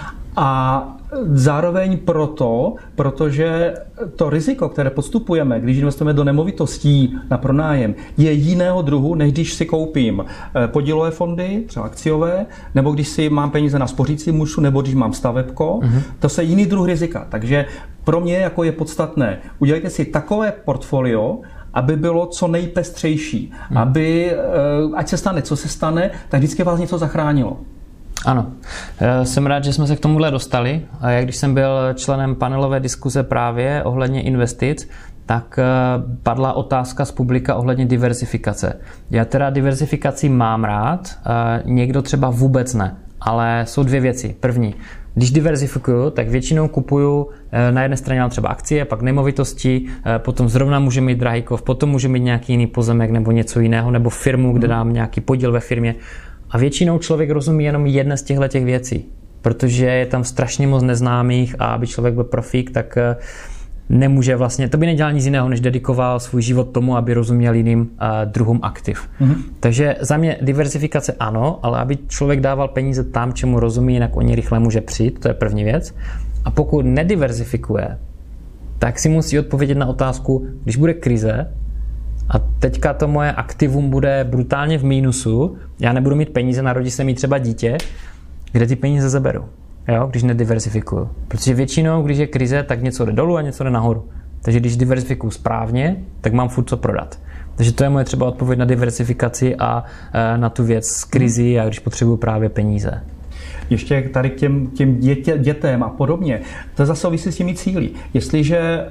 A zároveň proto, protože to riziko, které podstupujeme, když investujeme do nemovitostí na pronájem, je jiného druhu, než když si koupím podílové fondy, třeba akciové, nebo když si mám peníze na spořícím účtu, nebo když mám stavebko. Mm-hmm. To je jiný druh rizika. Takže pro mě jako je podstatné, udělejte si takové portfolio, aby bylo co nejpestřejší, hmm. aby, ať se stane, co se stane, tak vždycky vás něco zachránilo. Ano, jsem rád, že jsme se k tomuhle dostali. Jak když jsem byl členem panelové diskuze právě ohledně investic, tak padla otázka z publika ohledně diverzifikace. Já teda diverzifikaci mám rád, někdo třeba vůbec ne, ale jsou dvě věci. První, když diverzifikuju, tak většinou kupuju na jedné straně třeba akcie, pak nemovitosti, potom zrovna může mít drahýkov, potom může mít nějaký jiný pozemek nebo něco jiného, nebo firmu, kde dám nějaký podíl ve firmě. A většinou člověk rozumí jenom jedné z těchto těch věcí, protože je tam strašně moc neznámých a aby člověk byl profík, tak nemůže vlastně, to by nedělal nic jiného, než dedikoval svůj život tomu, aby rozuměl jiným uh, druhům aktiv. Mm-hmm. Takže za mě diversifikace ano, ale aby člověk dával peníze tam, čemu rozumí, jinak o ně rychle může přijít, to je první věc. A pokud nediversifikuje, tak si musí odpovědět na otázku, když bude krize a teďka to moje aktivum bude brutálně v mínusu, já nebudu mít peníze, narodí se mi třeba dítě, kde ty peníze zaberu, jo, když nediversifikuju. Protože většinou, když je krize, tak něco jde dolů a něco jde nahoru. Takže když diversifikuju správně, tak mám furt co prodat. Takže to je moje třeba odpověď na diversifikaci a na tu věc z krizi a když potřebuju právě peníze. Ještě tady k těm, těm dětě, dětem a podobně. To zase souvisí s těmi cíli. Jestliže e,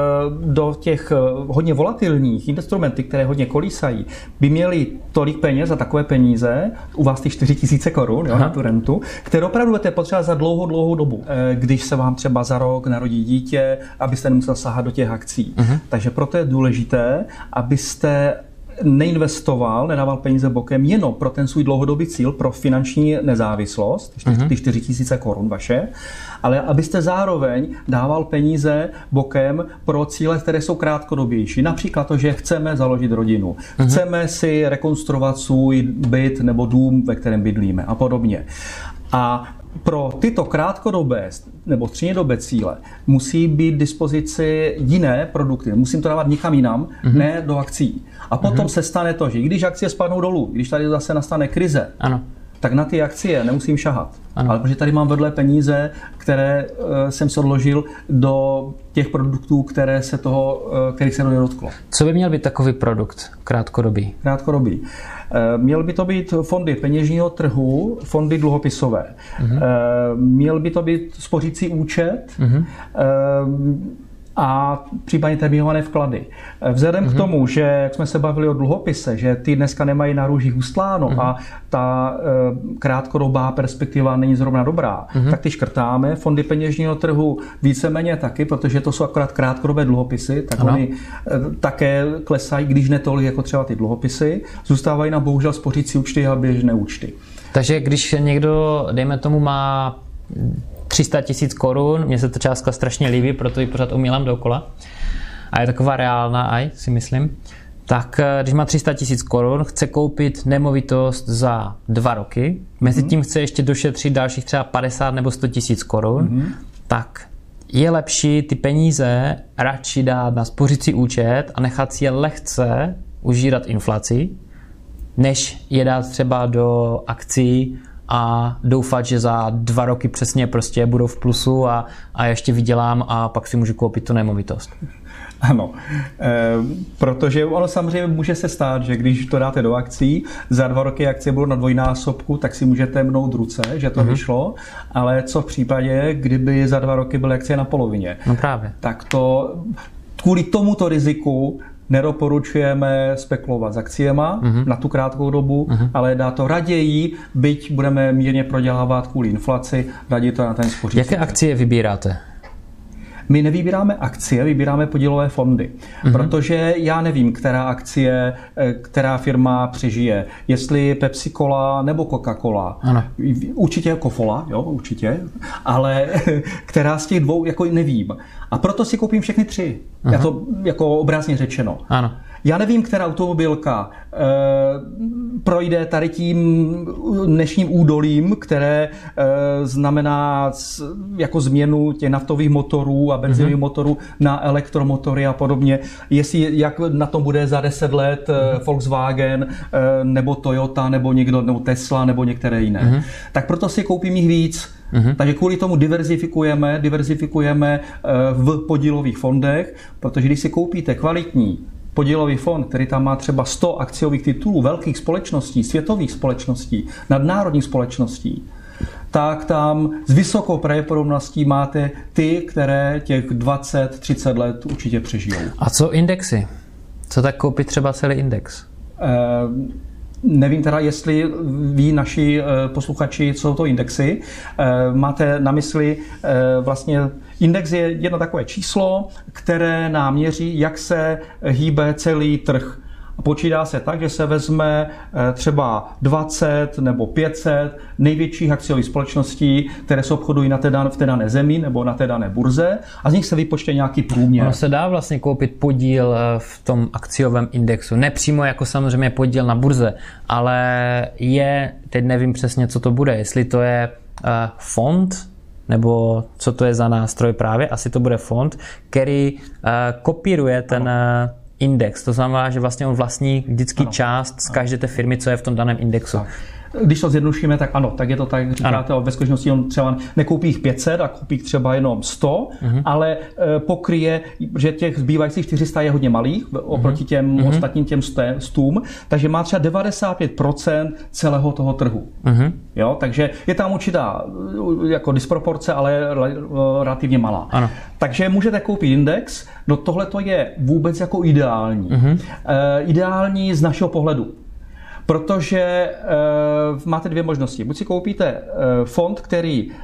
do těch hodně volatilních instrumenty, které hodně kolísají, by měli tolik peněz za takové peníze, u vás ty čtyři tisíce korun jo, na tu rentu, které opravdu budete potřebovat za dlouhou, dlouhou dobu. E, když se vám třeba za rok narodí dítě, abyste nemusel sahat do těch akcí. Uh-huh. Takže proto je důležité, abyste neinvestoval, nedával peníze bokem jenom pro ten svůj dlouhodobý cíl, pro finanční nezávislost, uh-huh. ty čtyři tisíce korun vaše, ale abyste zároveň dával peníze bokem pro cíle, které jsou krátkodobější. Například to, že chceme založit rodinu, uh-huh. chceme si rekonstruovat svůj byt nebo dům, ve kterém bydlíme a podobně. A pro tyto krátkodobé nebo střednědobé cíle musí být k dispozici jiné produkty. Musím to dávat nikam jinam, mm-hmm. ne do akcí. A potom mm-hmm. se stane to, že když akcie spadnou dolů, když tady zase nastane krize, ano. tak na ty akcie nemusím šahat. Ano. Ale protože tady mám vedle peníze, které uh, jsem se odložil do těch produktů, které se toho, uh, kterých se to nedotklo. Co by měl být takový produkt krátkodobý? Krátkodobý. Uh, měl by to být fondy peněžního trhu, fondy dluhopisové. Uh-huh. Uh, měl by to být spořící účet, uh-huh. uh, a případně termínované vklady. Vzhledem mm-hmm. k tomu, že jak jsme se bavili o dluhopise, že ty dneska nemají na růžích ustláno mm-hmm. a ta e, krátkodobá perspektiva není zrovna dobrá, mm-hmm. tak ty škrtáme. Fondy peněžního trhu víceméně taky, protože to jsou akorát krátkodobé dluhopisy, tak ano. oni e, také klesají, když ne tolik jako třeba ty dluhopisy. Zůstávají nám bohužel spořící účty a běžné účty. Takže když někdo, dejme tomu, má tři sta tisíc korun, mně se ta částka strašně líbí, proto ji pořád omílám dokola. A je taková reálná aj, si myslím. Tak když má tři sta tisíc korun, chce koupit nemovitost za dva roky, mezi tím chce ještě došetřit dalších třeba padesát nebo sto tisíc korun, mm-hmm. tak je lepší ty peníze radši dát na spořící účet a nechat si je lehce užírat inflaci, než je dát třeba do akcí a doufat, že za dva roky přesně prostě budou v plusu a, a ještě vydělám a pak si můžu koupit tu nemovitost. Ano, e, protože ono samozřejmě může se stát, že když to dáte do akcí, za dva roky akcie budou na dvojnásobku, tak si můžete mnout ruce, že to mm-hmm. vyšlo, ale co v případě, kdyby za dva roky byly akcie na polovině? No právě. Tak to kvůli tomuto riziku nedoporučujeme spekulovat s akciema mm-hmm. na tu krátkou dobu, mm-hmm. ale dá to raději, byť budeme mírně prodělávat kvůli inflaci, raději to na ten spořící. Jaké akcie vybíráte? My nevybíráme akcie, vybíráme podílové fondy, mm-hmm. protože já nevím, která akcie, která firma přežije. Jestli Pepsi Cola nebo Coca-Cola. Ano. Určitě Coca-Cola, jo, určitě, ale která z těch dvou, jako nevím. A proto si koupím všechny tři. Aha. Já to jako obrazně řečeno. Ano. Já nevím, která automobilka e, projde tady tím dnešním údolím, které e, znamená s, jako změnu těch naftových motorů a benzinových mm-hmm. motorů na elektromotory a podobně. Jestli jak na tom bude za deset let mm-hmm. Volkswagen e, nebo Toyota nebo někdo, nebo Tesla nebo některé jiné. Mm-hmm. Tak proto si koupím jich víc. Mm-hmm. Takže kvůli tomu diverzifikujeme, diverzifikujeme v podílových fondech, protože když si koupíte kvalitní podílový fond, který tam má třeba sto akciových titulů velkých společností, světových společností, nadnárodních společností, tak tam s vysokou pravděpodobností máte ty, které těch dvacet třicet let určitě přežijou. A co indexy? Co tak koupit třeba celý index? Uh, Nevím teda, jestli ví naši posluchači, co jsou to indexy. Máte na mysli vlastně, index je jedno takové číslo, které nám měří, jak se hýbe celý trh. Počítá se tak, že se vezme třeba dvacet nebo pět set největších akciových společností, které se obchodují na té dané, v té dané zemi nebo na té dané burze a z nich se vypočte nějaký průměr. Ono se dá vlastně koupit podíl v tom akciovém indexu. Nepřímo jako samozřejmě podíl na burze, ale je, teď nevím přesně, co to bude, jestli to je uh, fond, nebo co to je za nástroj právě, asi to bude fond, který uh, kopíruje ten uh, index. To znamená, že vlastně on vlastní vždycky ano. část z každé té firmy, co je v tom daném indexu. Tak. Když to zjednodušíme, tak ano, tak je to tak, jak říkáte, ano. ve skutečnosti on třeba nekoupí jich pět set a koupí třeba jenom sto, uh-huh. ale e, pokryje, že těch zbývajících čtyři sta je hodně malých oproti těm uh-huh. ostatním těm stům, takže má třeba devadesát pět procent celého toho trhu. Uh-huh. Jo, takže je tam určitá jako disproporce, ale relativně malá. Ano. Takže můžete koupit index, no tohle to je vůbec jako ideální. Uh-huh. E, ideální z našeho pohledu. Protože e, máte dvě možnosti. Buď si koupíte e, fond, který e,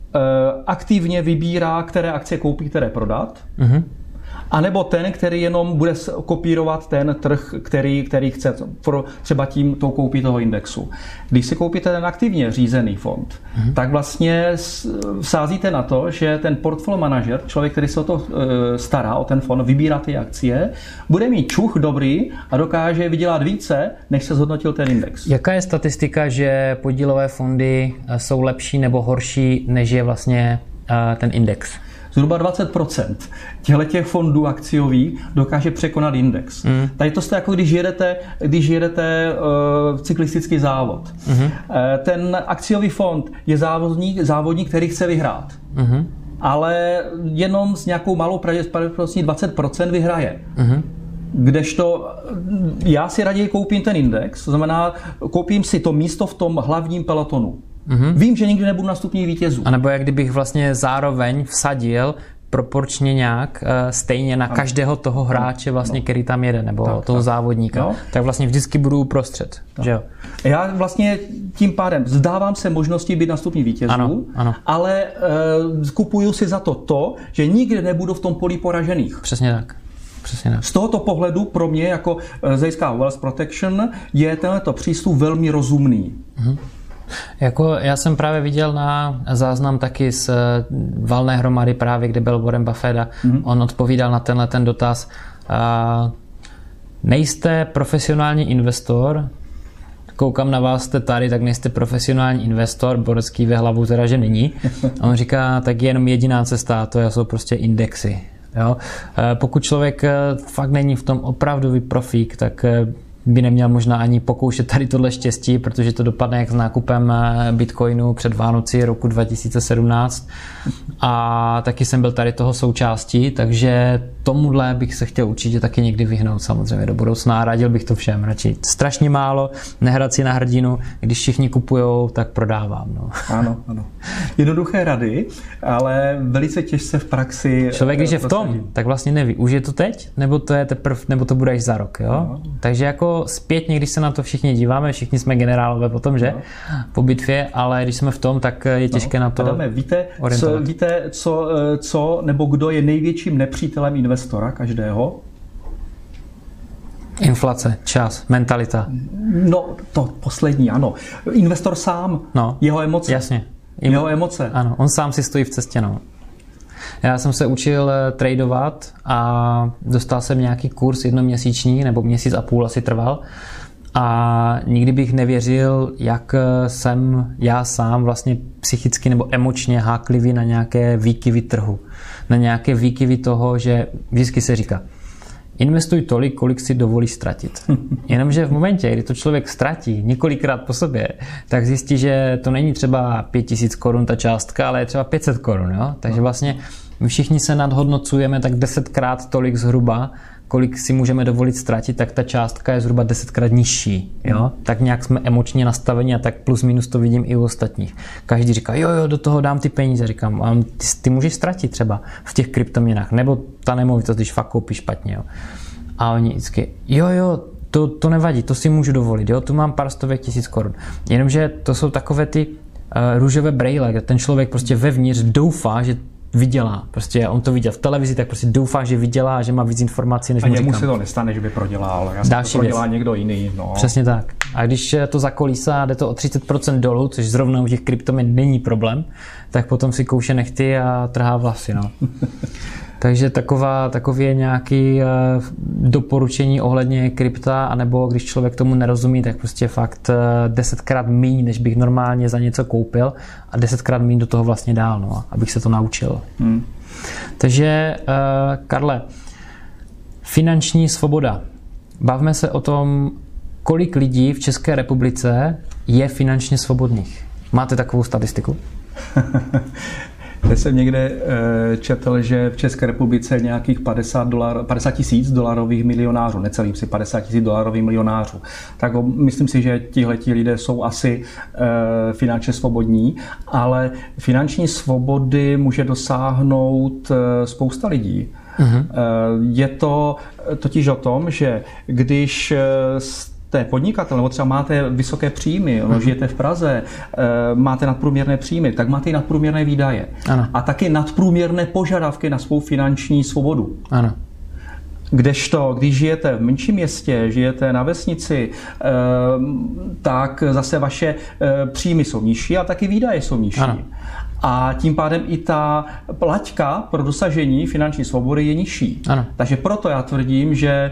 aktivně vybírá, které akcie koupí, které prodat, mm-hmm. anebo ten, který jenom bude kopírovat ten trh, který, který chce, třeba tím tou koupí toho indexu. Když si koupíte ten aktivně řízený fond, mm-hmm. tak vlastně sázíte na to, že ten portfolio manažer, člověk, který se o to stará, o ten fond, vybírá ty akcie, bude mít čuch dobrý a dokáže vydělat více, než se zhodnotil ten index. Jaká je statistika, že podílové fondy jsou lepší nebo horší, než je vlastně ten index? Zhruba dvacet procent těch fondů akciových dokáže překonat index. Mm. Tady to jste jako když jedete, když jedete uh, cyklistický závod. Mm. Uh, ten akciový fond je závodník, závodník, který chce vyhrát. Mm. Ale jenom s nějakou malou pravděpodobností dvacet procent vyhraje. Mm. Kdežto já si raději koupím ten index, to znamená, koupím si to místo v tom hlavním pelotonu. Mm-hmm. Vím, že nikdy nebudu na stupni vítězů. A nebo jak kdybych vlastně zároveň vsadil proporčně nějak uh, stejně na ano. každého toho hráče, vlastně, no. který tam jede, nebo tak, toho tak. závodníka. No. Tak vlastně vždycky budu uprostřed. Že jo? Já vlastně tím pádem vzdávám se možnosti být na stupni vítězů, ano, ano. ale uh, kupuju si za to to, že nikdy nebudu v tom poli poražených. Přesně tak. Přesně tak. Z tohoto pohledu pro mě jako z hlediska Wealth Protection je tento přístup velmi rozumný. Mhm. Jako já jsem právě viděl na záznam taky z valné hromady právě, kde byl Warren Buffett a mm-hmm. on odpovídal na tenhle ten dotaz. A nejste profesionální investor, koukám na vás, jste tady, tak nejste profesionální investor, Borský ve hlavu teda, že není. A on říká, tak je jenom jediná cesta, to jsou prostě indexy. Jo? Pokud člověk fakt není v tom opravdový profík, tak by neměl možná ani pokoušet tady tohle štěstí, protože to dopadne jak s nákupem Bitcoinu před Vánoci roku dva tisíce sedmnáct a taky jsem byl tady toho součástí, takže tomuhle bych se chtěl určitě taky někdy vyhnout samozřejmě do budoucna a radil bych to všem. Radši strašně málo, nehrát si na hrdinu, když všichni kupujou, tak prodávám. No. Ano, ano. Jednoduché rady, ale velice těžce v praxi. Člověk, když je v tom, tak vlastně neví, už je to teď, nebo to je teprve, nebo to bude až za rok. Jo? No. Takže jako zpětně, když se na to všichni díváme, všichni jsme generálové potom, že? No. Po bitvě, ale když jsme v tom, tak je těžké no. na to Adame, víte, co, víte co, co nebo kdo je největším nepřítelem investora každého? Inflace, čas, mentalita. No, to poslední, ano. Investor sám, no. jeho emoce. Jasně. Jeho emoce. Ano, on sám si stojí v cestě, no. Já jsem se učil tradovat a dostal jsem nějaký kurz jednoměsíční, nebo měsíc a půl asi trval. A nikdy bych nevěřil, jak jsem já sám vlastně psychicky nebo emočně háklivý na nějaké výkyvy trhu. Na nějaké výkyvy toho, že vždycky se říká, investuj tolik, kolik si dovolíš ztratit. Jenomže v momentě, kdy to člověk ztratí několikrát po sobě, tak zjistí, že to není třeba pět tisíc korun ta částka, ale je třeba pět set korun. Jo? Takže vlastně my všichni se nadhodnocujeme tak desetkrát tolik zhruba, kolik si můžeme dovolit ztratit, tak ta částka je zhruba desetkrát nižší. Jo? Tak nějak jsme emočně nastaveni a tak plus minus to vidím i u ostatních. Každý říká, jo, jo, do toho dám ty peníze. Říkám, ty, ty můžeš ztratit třeba v těch kryptoměnách, nebo ta nemovitost, když fakt koupíš špatně. Jo? A oni vždycky, jo, jo, to, to nevadí, to si můžu dovolit, jo, tu mám pár stovek tisíc korun. Jenomže to jsou takové ty uh, růžové brejle, kde ten člověk prostě vevnitř doufá, že vydělá. Prostě on to viděl v televizi, tak prostě doufá, že vydělá, že má víc informací, než a mu říkám. A jemu se to nestane, že by prodělal. Já to prodělá věc. Někdo jiný. No. Přesně tak. A když to zakolísá, jde to o třicet procent dolů, což zrovna u těch kryptoměn není problém, tak potom si kouše nechty a trhá vlasy. No. Takže taková, takový je nějaký uh, doporučení ohledně krypta, anebo když člověk tomu nerozumí, tak prostě fakt uh, desetkrát míň, než bych normálně za něco koupil a desetkrát míň do toho vlastně dál, no, abych se to naučil. Hmm. Takže, uh, Karle, finanční svoboda. Bavme se o tom, kolik lidí v České republice je finančně svobodných. Máte takovou statistiku? Já jsem někde četl, že v České republice je nějakých padesát tisíc dolarových milionářů, necelých si padesát tisíc dolarových milionářů. Tak myslím si, že tihleti lidé jsou asi finančně svobodní, ale finanční svobody může dosáhnout spousta lidí. Uh-huh. Je to totiž o tom, že když jste podnikatel, nebo třeba máte vysoké příjmy, no, žijete v Praze, máte nadprůměrné příjmy, tak máte i nadprůměrné výdaje. Ano. A taky nadprůměrné požadavky na svou finanční svobodu. Ano. Kdežto, když žijete v menším městě, žijete na vesnici, tak zase vaše příjmy jsou nižší a taky výdaje jsou nižší. Ano. A tím pádem i ta laťka pro dosažení finanční svobody je nižší. Ano. Takže proto já tvrdím, že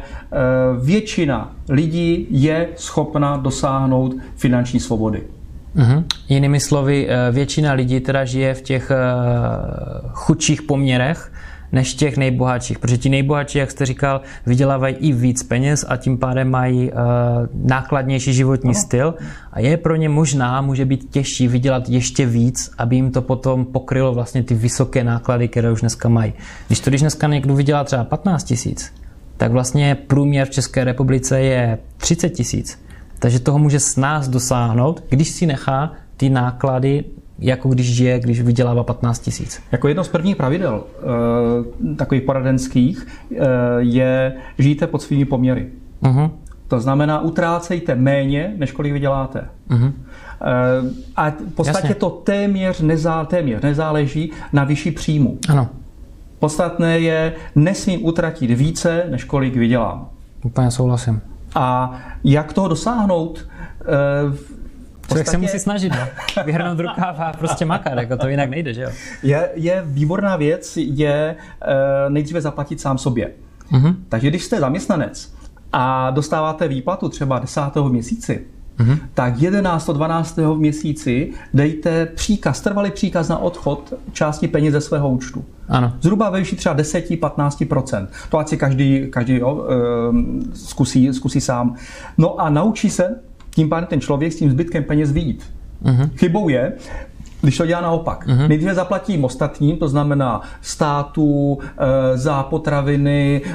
většina lidí je schopna dosáhnout finanční svobody. Mhm. Jinými slovy, většina lidí teda žije v těch chudších poměrech než těch nejbohatších, protože ti nejbohatší, jak jste říkal, vydělávají i víc peněz a tím pádem mají uh, nákladnější životní ano. styl a je pro ně možná, může být těžší vydělat ještě víc, aby jim to potom pokrylo vlastně ty vysoké náklady, které už dneska mají. Když to, když dneska někdo vydělá třeba patnáct tisíc, tak vlastně průměr v České republice je třicet tisíc, takže toho může s nás dosáhnout, když si nechá ty náklady jako když žije, když vydělává patnáct tisíc. Jako jedno z prvních pravidel e, takových poradenských e, je žijte pod svými poměry. Uh-huh. To znamená, utrácejte méně, než kolik vyděláte. Uh-huh. E, a v podstatě Jasně. to téměř, nezá, téměř nezáleží na výši příjmu. Ano. Podstatné je, nesmím utratit více, než kolik vydělám. Úplně souhlasím. A jak toho dosáhnout? E, Člověk se musí snažit, no. Vyhrnout rukáv a prostě makat, jako to jinak nejde, že jo? Je, je výborná věc, je e, nejdříve zaplatit sám sobě. Uh-huh. Takže když jste zaměstnanec a dostáváte výplatu třeba desátého v měsíci, uh-huh. tak jedenáctého dvanáctého v měsíci dejte příkaz, trvalý příkaz na odchod části peněz ze svého účtu. Ano. Zhruba ve výši třeba deset až patnáct procent. To ať si každý, každý jo, e, zkusí, zkusí sám. No a naučí se tím pádem ten člověk s tím zbytkem peněz vyjít. Uh-huh. Chybou je, když to dělá naopak. Uh-huh. Nejdříve zaplatím ostatním, to znamená státu, e, za potraviny, e,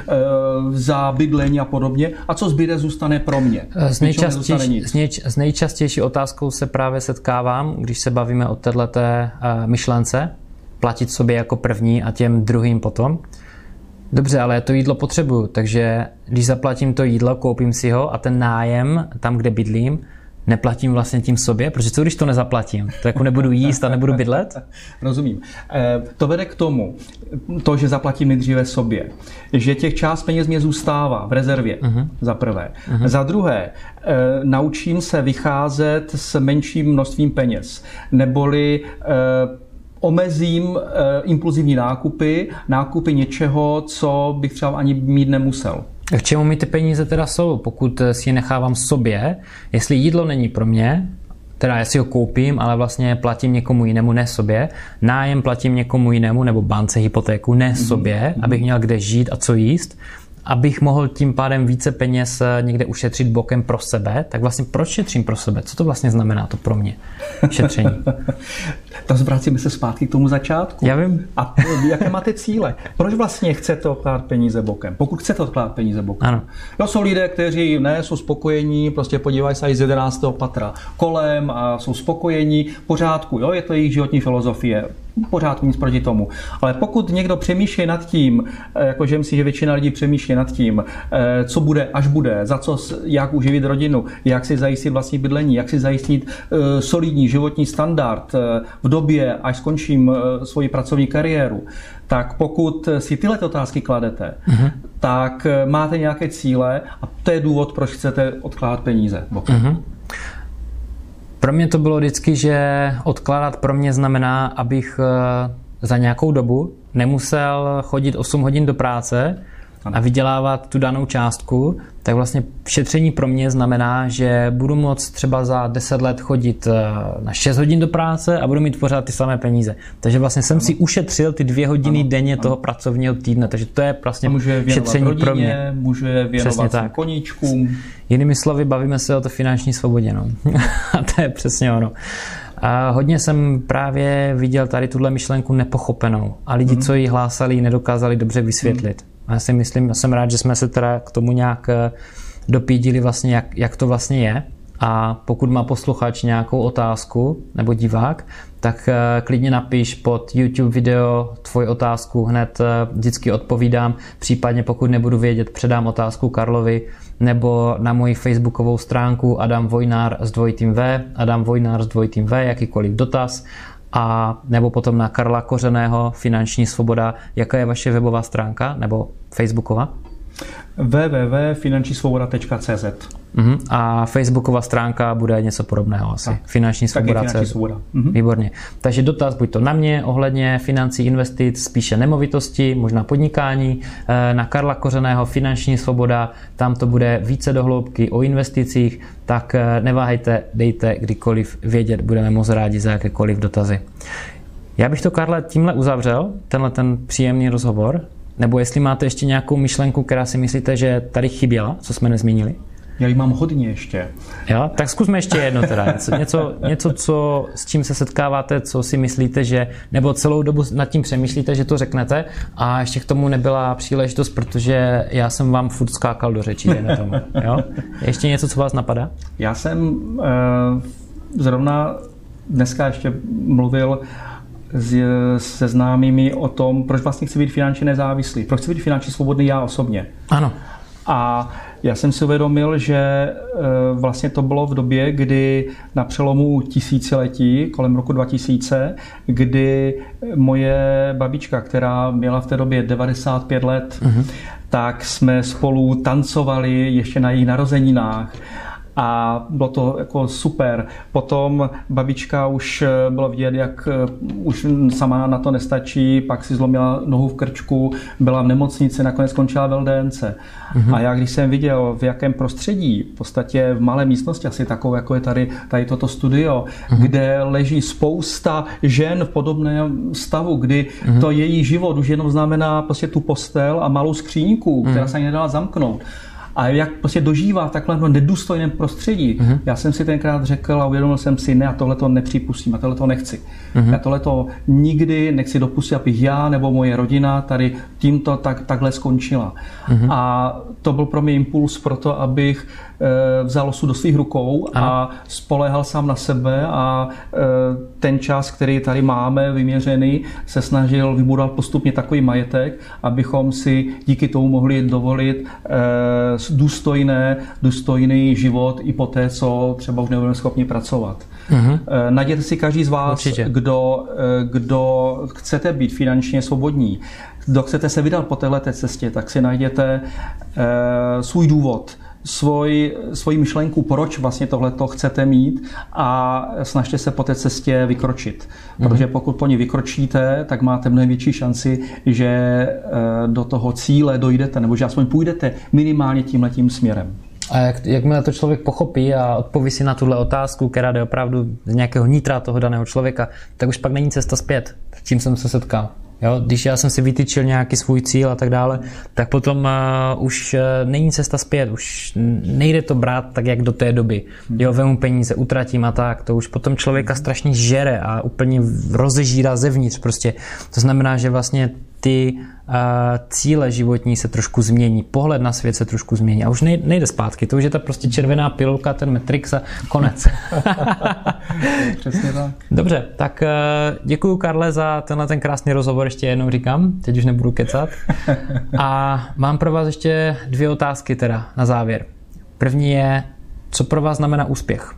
za bydlení a podobně. A co zbyde, zůstane pro mě. S, nejčastější, s, nejč, s nejčastější otázkou se právě setkávám, když se bavíme o této e, myšlence, platit sobě jako první a těm druhým potom. Dobře, ale to jídlo potřebuju, takže když zaplatím to jídlo, koupím si ho a ten nájem tam, kde bydlím, neplatím vlastně tím sobě, protože co když to nezaplatím? To jako nebudu jíst a nebudu bydlet? Rozumím. E, to vede k tomu, to, že zaplatím nejdříve sobě, že těch část peněz mě zůstává v rezervě, uh-huh. za prvé. Uh-huh. Za druhé, e, naučím se vycházet s menším množstvím peněz, neboli e, omezím e, impulzivní nákupy, nákupy něčeho, co bych třeba ani mít nemusel. K čemu mi ty peníze teda jsou, pokud si je nechávám sobě, jestli jídlo není pro mě, teda já si ho koupím, ale vlastně platím někomu jinému, ne sobě, nájem platím někomu jinému, nebo bance hypotéku, ne sobě, mm-hmm. abych měl kde žít a co jíst, abych mohl tím pádem více peněz někde ušetřit bokem pro sebe, tak vlastně proč šetřím pro sebe? Co to vlastně znamená to pro mě? Šetření. Tak zvracíme se zpátky k tomu začátku. Já vím. A jaké máte cíle? Proč vlastně chcete odkládat peníze bokem? Pokud chcete odkládat peníze bokem. Ano. No, jsou lidé, kteří ne, jsou spokojení, prostě podívají se i z jedenáctého patra kolem a jsou spokojení, v pořádku, jo, je to jejich životní filozofie. pořád nic proti tomu. Ale pokud někdo přemýšlí nad tím, jakože myslím, že většina lidí přemýšlí nad tím, co bude, až bude, za co, jak uživit rodinu, jak si zajistit vlastní bydlení, jak si zajistit solidní životní standard v době, až skončím svoji pracovní kariéru, tak pokud si tyhle otázky kladete, uh-huh. tak máte nějaké cíle a to je důvod, proč chcete odkládat peníze. Uh-huh. Pro mě to bylo vždycky, že odkládat pro mě znamená, abych za nějakou dobu nemusel chodit osm hodin do práce a vydělávat tu danou částku, tak vlastně šetření pro mě znamená, že budu moct třeba za deset let chodit na šest hodin do práce a budu mít pořád ty samé peníze. Takže vlastně jsem ano. si ušetřil ty dvě hodiny ano. denně ano. toho pracovního týdne, takže to je vlastně šetření rodině, pro mě. Může věnovat svým koníčkům. Jinými slovy, bavíme se o to finanční svobodě. No. A to je přesně ono. A hodně jsem právě viděl tady tuhle myšlenku nepochopenou a lidi, mm. co ji hlásali, ji nedokázali dobře vysvětlit. Mm. A já si myslím, já jsem rád, že jsme se teda k tomu nějak dopídili vlastně, jak, jak to vlastně je. A pokud má posluchač nějakou otázku nebo divák, tak klidně napiš pod YouTube video tvoji otázku, hned vždycky odpovídám. Případně pokud nebudu vědět, předám otázku Karlovi nebo na moji facebookovou stránku Adam Vojnár s dvojitým V, Adam Vojnár s dvojitým V, jakýkoliv dotaz. A nebo potom na Karla Kořeného Finanční svoboda. Jaká je vaše webová stránka nebo facebooková? w w w tečka finanční svoboda tečka c z. Uh-huh. A facebooková stránka bude něco podobného asi. Tak, Finanční svoboda. Finanční svoboda. Uh-huh. Výborně. Takže dotaz buď to na mě ohledně financí, investic, spíše nemovitosti, možná podnikání, na Karla Kořeného Finanční svoboda, tam to bude více dohloubky o investicích, tak neváhejte, dejte kdykoliv vědět, budeme moc rádi za jakékoliv dotazy. Já bych to, Karle, tímhle uzavřel, tenhle ten příjemný rozhovor. Nebo jestli máte ještě nějakou myšlenku, která si myslíte, že tady chyběla, co jsme nezmínili? Já ji mám hodně ještě. Jo? Tak zkusme ještě jedno teda. Něco, něco, něco, co, s čím se setkáváte, co si myslíte, že, nebo celou dobu nad tím přemýšlíte, že to řeknete a ještě k tomu nebyla příležitost, protože já jsem vám furt skákal do řečí. Tomu, jo? Ještě něco, co vás napadá? Já jsem uh, zrovna dneska ještě mluvil se známými o tom, proč vlastně chci být finančně nezávislý, proč chci být finančně svobodný já osobně. Ano. A já jsem si uvědomil, že vlastně to bylo v době, kdy na přelomu tisíciletí, kolem roku dva tisíce, kdy moje babička, která měla v té době devadesát pět let, uh-huh. tak jsme spolu tancovali ještě na jejich narozeninách. A bylo to jako super. Potom babička už bylo vidět, jak už sama na to nestačí, pak si zlomila nohu v krčku, byla v nemocnici, nakonec skončila v el dé en cé. Mm-hmm. A já když jsem viděl, v jakém prostředí, v podstatě v malé místnosti, asi takové, jako je tady, tady toto studio, mm-hmm. kde leží spousta žen v podobném stavu, kdy mm-hmm. to její život už jenom znamená prostě tu postel a malou skříňku, mm-hmm. která se ani nedala zamknout. A jak prostě dožívá v takovém nedůstojném prostředí. Uh-huh. Já jsem si tenkrát řekl a uvědomil jsem si, ne, a tohle to nepřipustím, a tohle to nechci. Uh-huh. Já tohle to nikdy nechci dopustit, abych já nebo moje rodina tady tímto tak, takhle skončila. Uh-huh. A to byl pro mě impuls pro to, abych e, vzal osud do svých rukou uh-huh. a spoléhal sám na sebe a e, ten čas, který tady máme vyměřený, se snažil vybudovat postupně takový majetek, abychom si díky tomu mohli dovolit e, důstojné, důstojný život i po té, co třeba už nebudeme schopni pracovat. Uh-huh. Najděte si každý z vás, kdo, kdo chcete být finančně svobodní, kdo chcete se vydat po této cestě, tak si najděte uh, svůj důvod, svoj, svoji myšlenku, proč vlastně tohleto chcete mít a snažte se po té cestě vykročit. Mm-hmm. Protože pokud po ní vykročíte, tak máte mnohem větší šanci, že do toho cíle dojdete, nebo že aspoň půjdete minimálně tímhletím směrem. A jak, jakmile to člověk pochopí a odpoví si na tuhle otázku, která jde opravdu z nějakého nitra toho daného člověka, tak už pak není cesta zpět. S tím jsem se setkal. Jo, když já jsem si vytyčil nějaký svůj cíl a tak dále, tak potom uh, už uh, není cesta zpět, už nejde to brát tak, jak do té doby. Jo, vemu peníze, utratím a tak, to už potom člověka strašně žere a úplně rozežírá zevnitř prostě. To znamená, že vlastně ty uh, cíle životní se trošku změní, pohled na svět se trošku změní a už nejde zpátky, to už je ta prostě červená pilulka, ten Matrix a konec. Přesně tak. Dobře, tak uh, děkuju Karle za tenhle ten krásný rozhovor, ještě jednou říkám, teď už nebudu kecat. A mám pro vás ještě dvě otázky teda na závěr. První je, co pro vás znamená úspěch?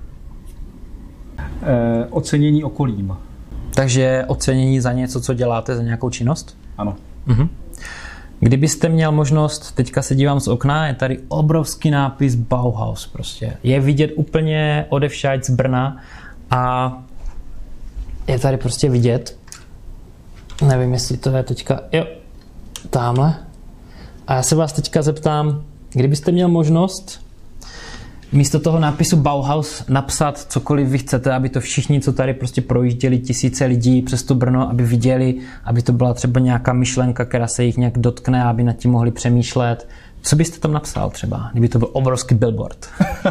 Eh, ocenění okolím. Takže ocenění za něco, co děláte, za nějakou činnost? Ano. Mhm. Kdybyste měl možnost, teďka se dívám z okna, je tady obrovský nápis Bauhaus prostě. Je vidět úplně odevšať z Brna a je tady prostě vidět. Nevím, jestli to je teďka, jo, tamhle. A já se vás teďka zeptám, kdybyste měl možnost místo toho nápisu Bauhaus napsat cokoliv vy chcete, aby to všichni, co tady prostě projížděli tisíce lidí přes to Brno, aby viděli, aby to byla třeba nějaká myšlenka, která se jich nějak dotkne, aby nad tím mohli přemýšlet. Co byste tam napsal třeba, kdyby to byl obrovský billboard?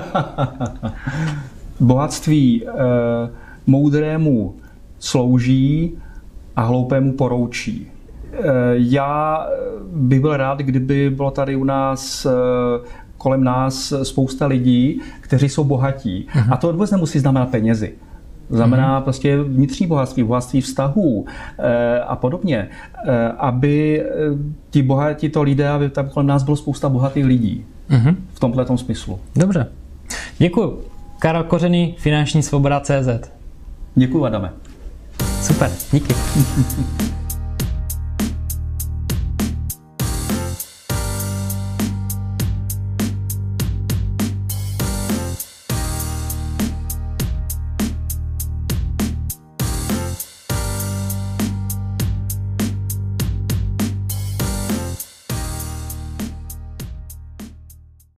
Bohatství eh, moudrému slouží a hloupému poroučí. Eh, já bych byl rád, kdyby bylo tady u nás eh, kolem nás spousta lidí, kteří jsou bohatí. Uh-huh. A to vůbec nemusí znamenat penězi. Znamená uh-huh. prostě vnitřní bohatství, bohatství vztahů e, a podobně. E, aby ti bohatí to lidé, aby tam kolem nás bylo spousta bohatých lidí. Uh-huh. V tomhletom smyslu. Dobře. Děkuju. Karel Kořený, Finanční svoboda tečka cé zet. Děkuju, Adame. Super, díky.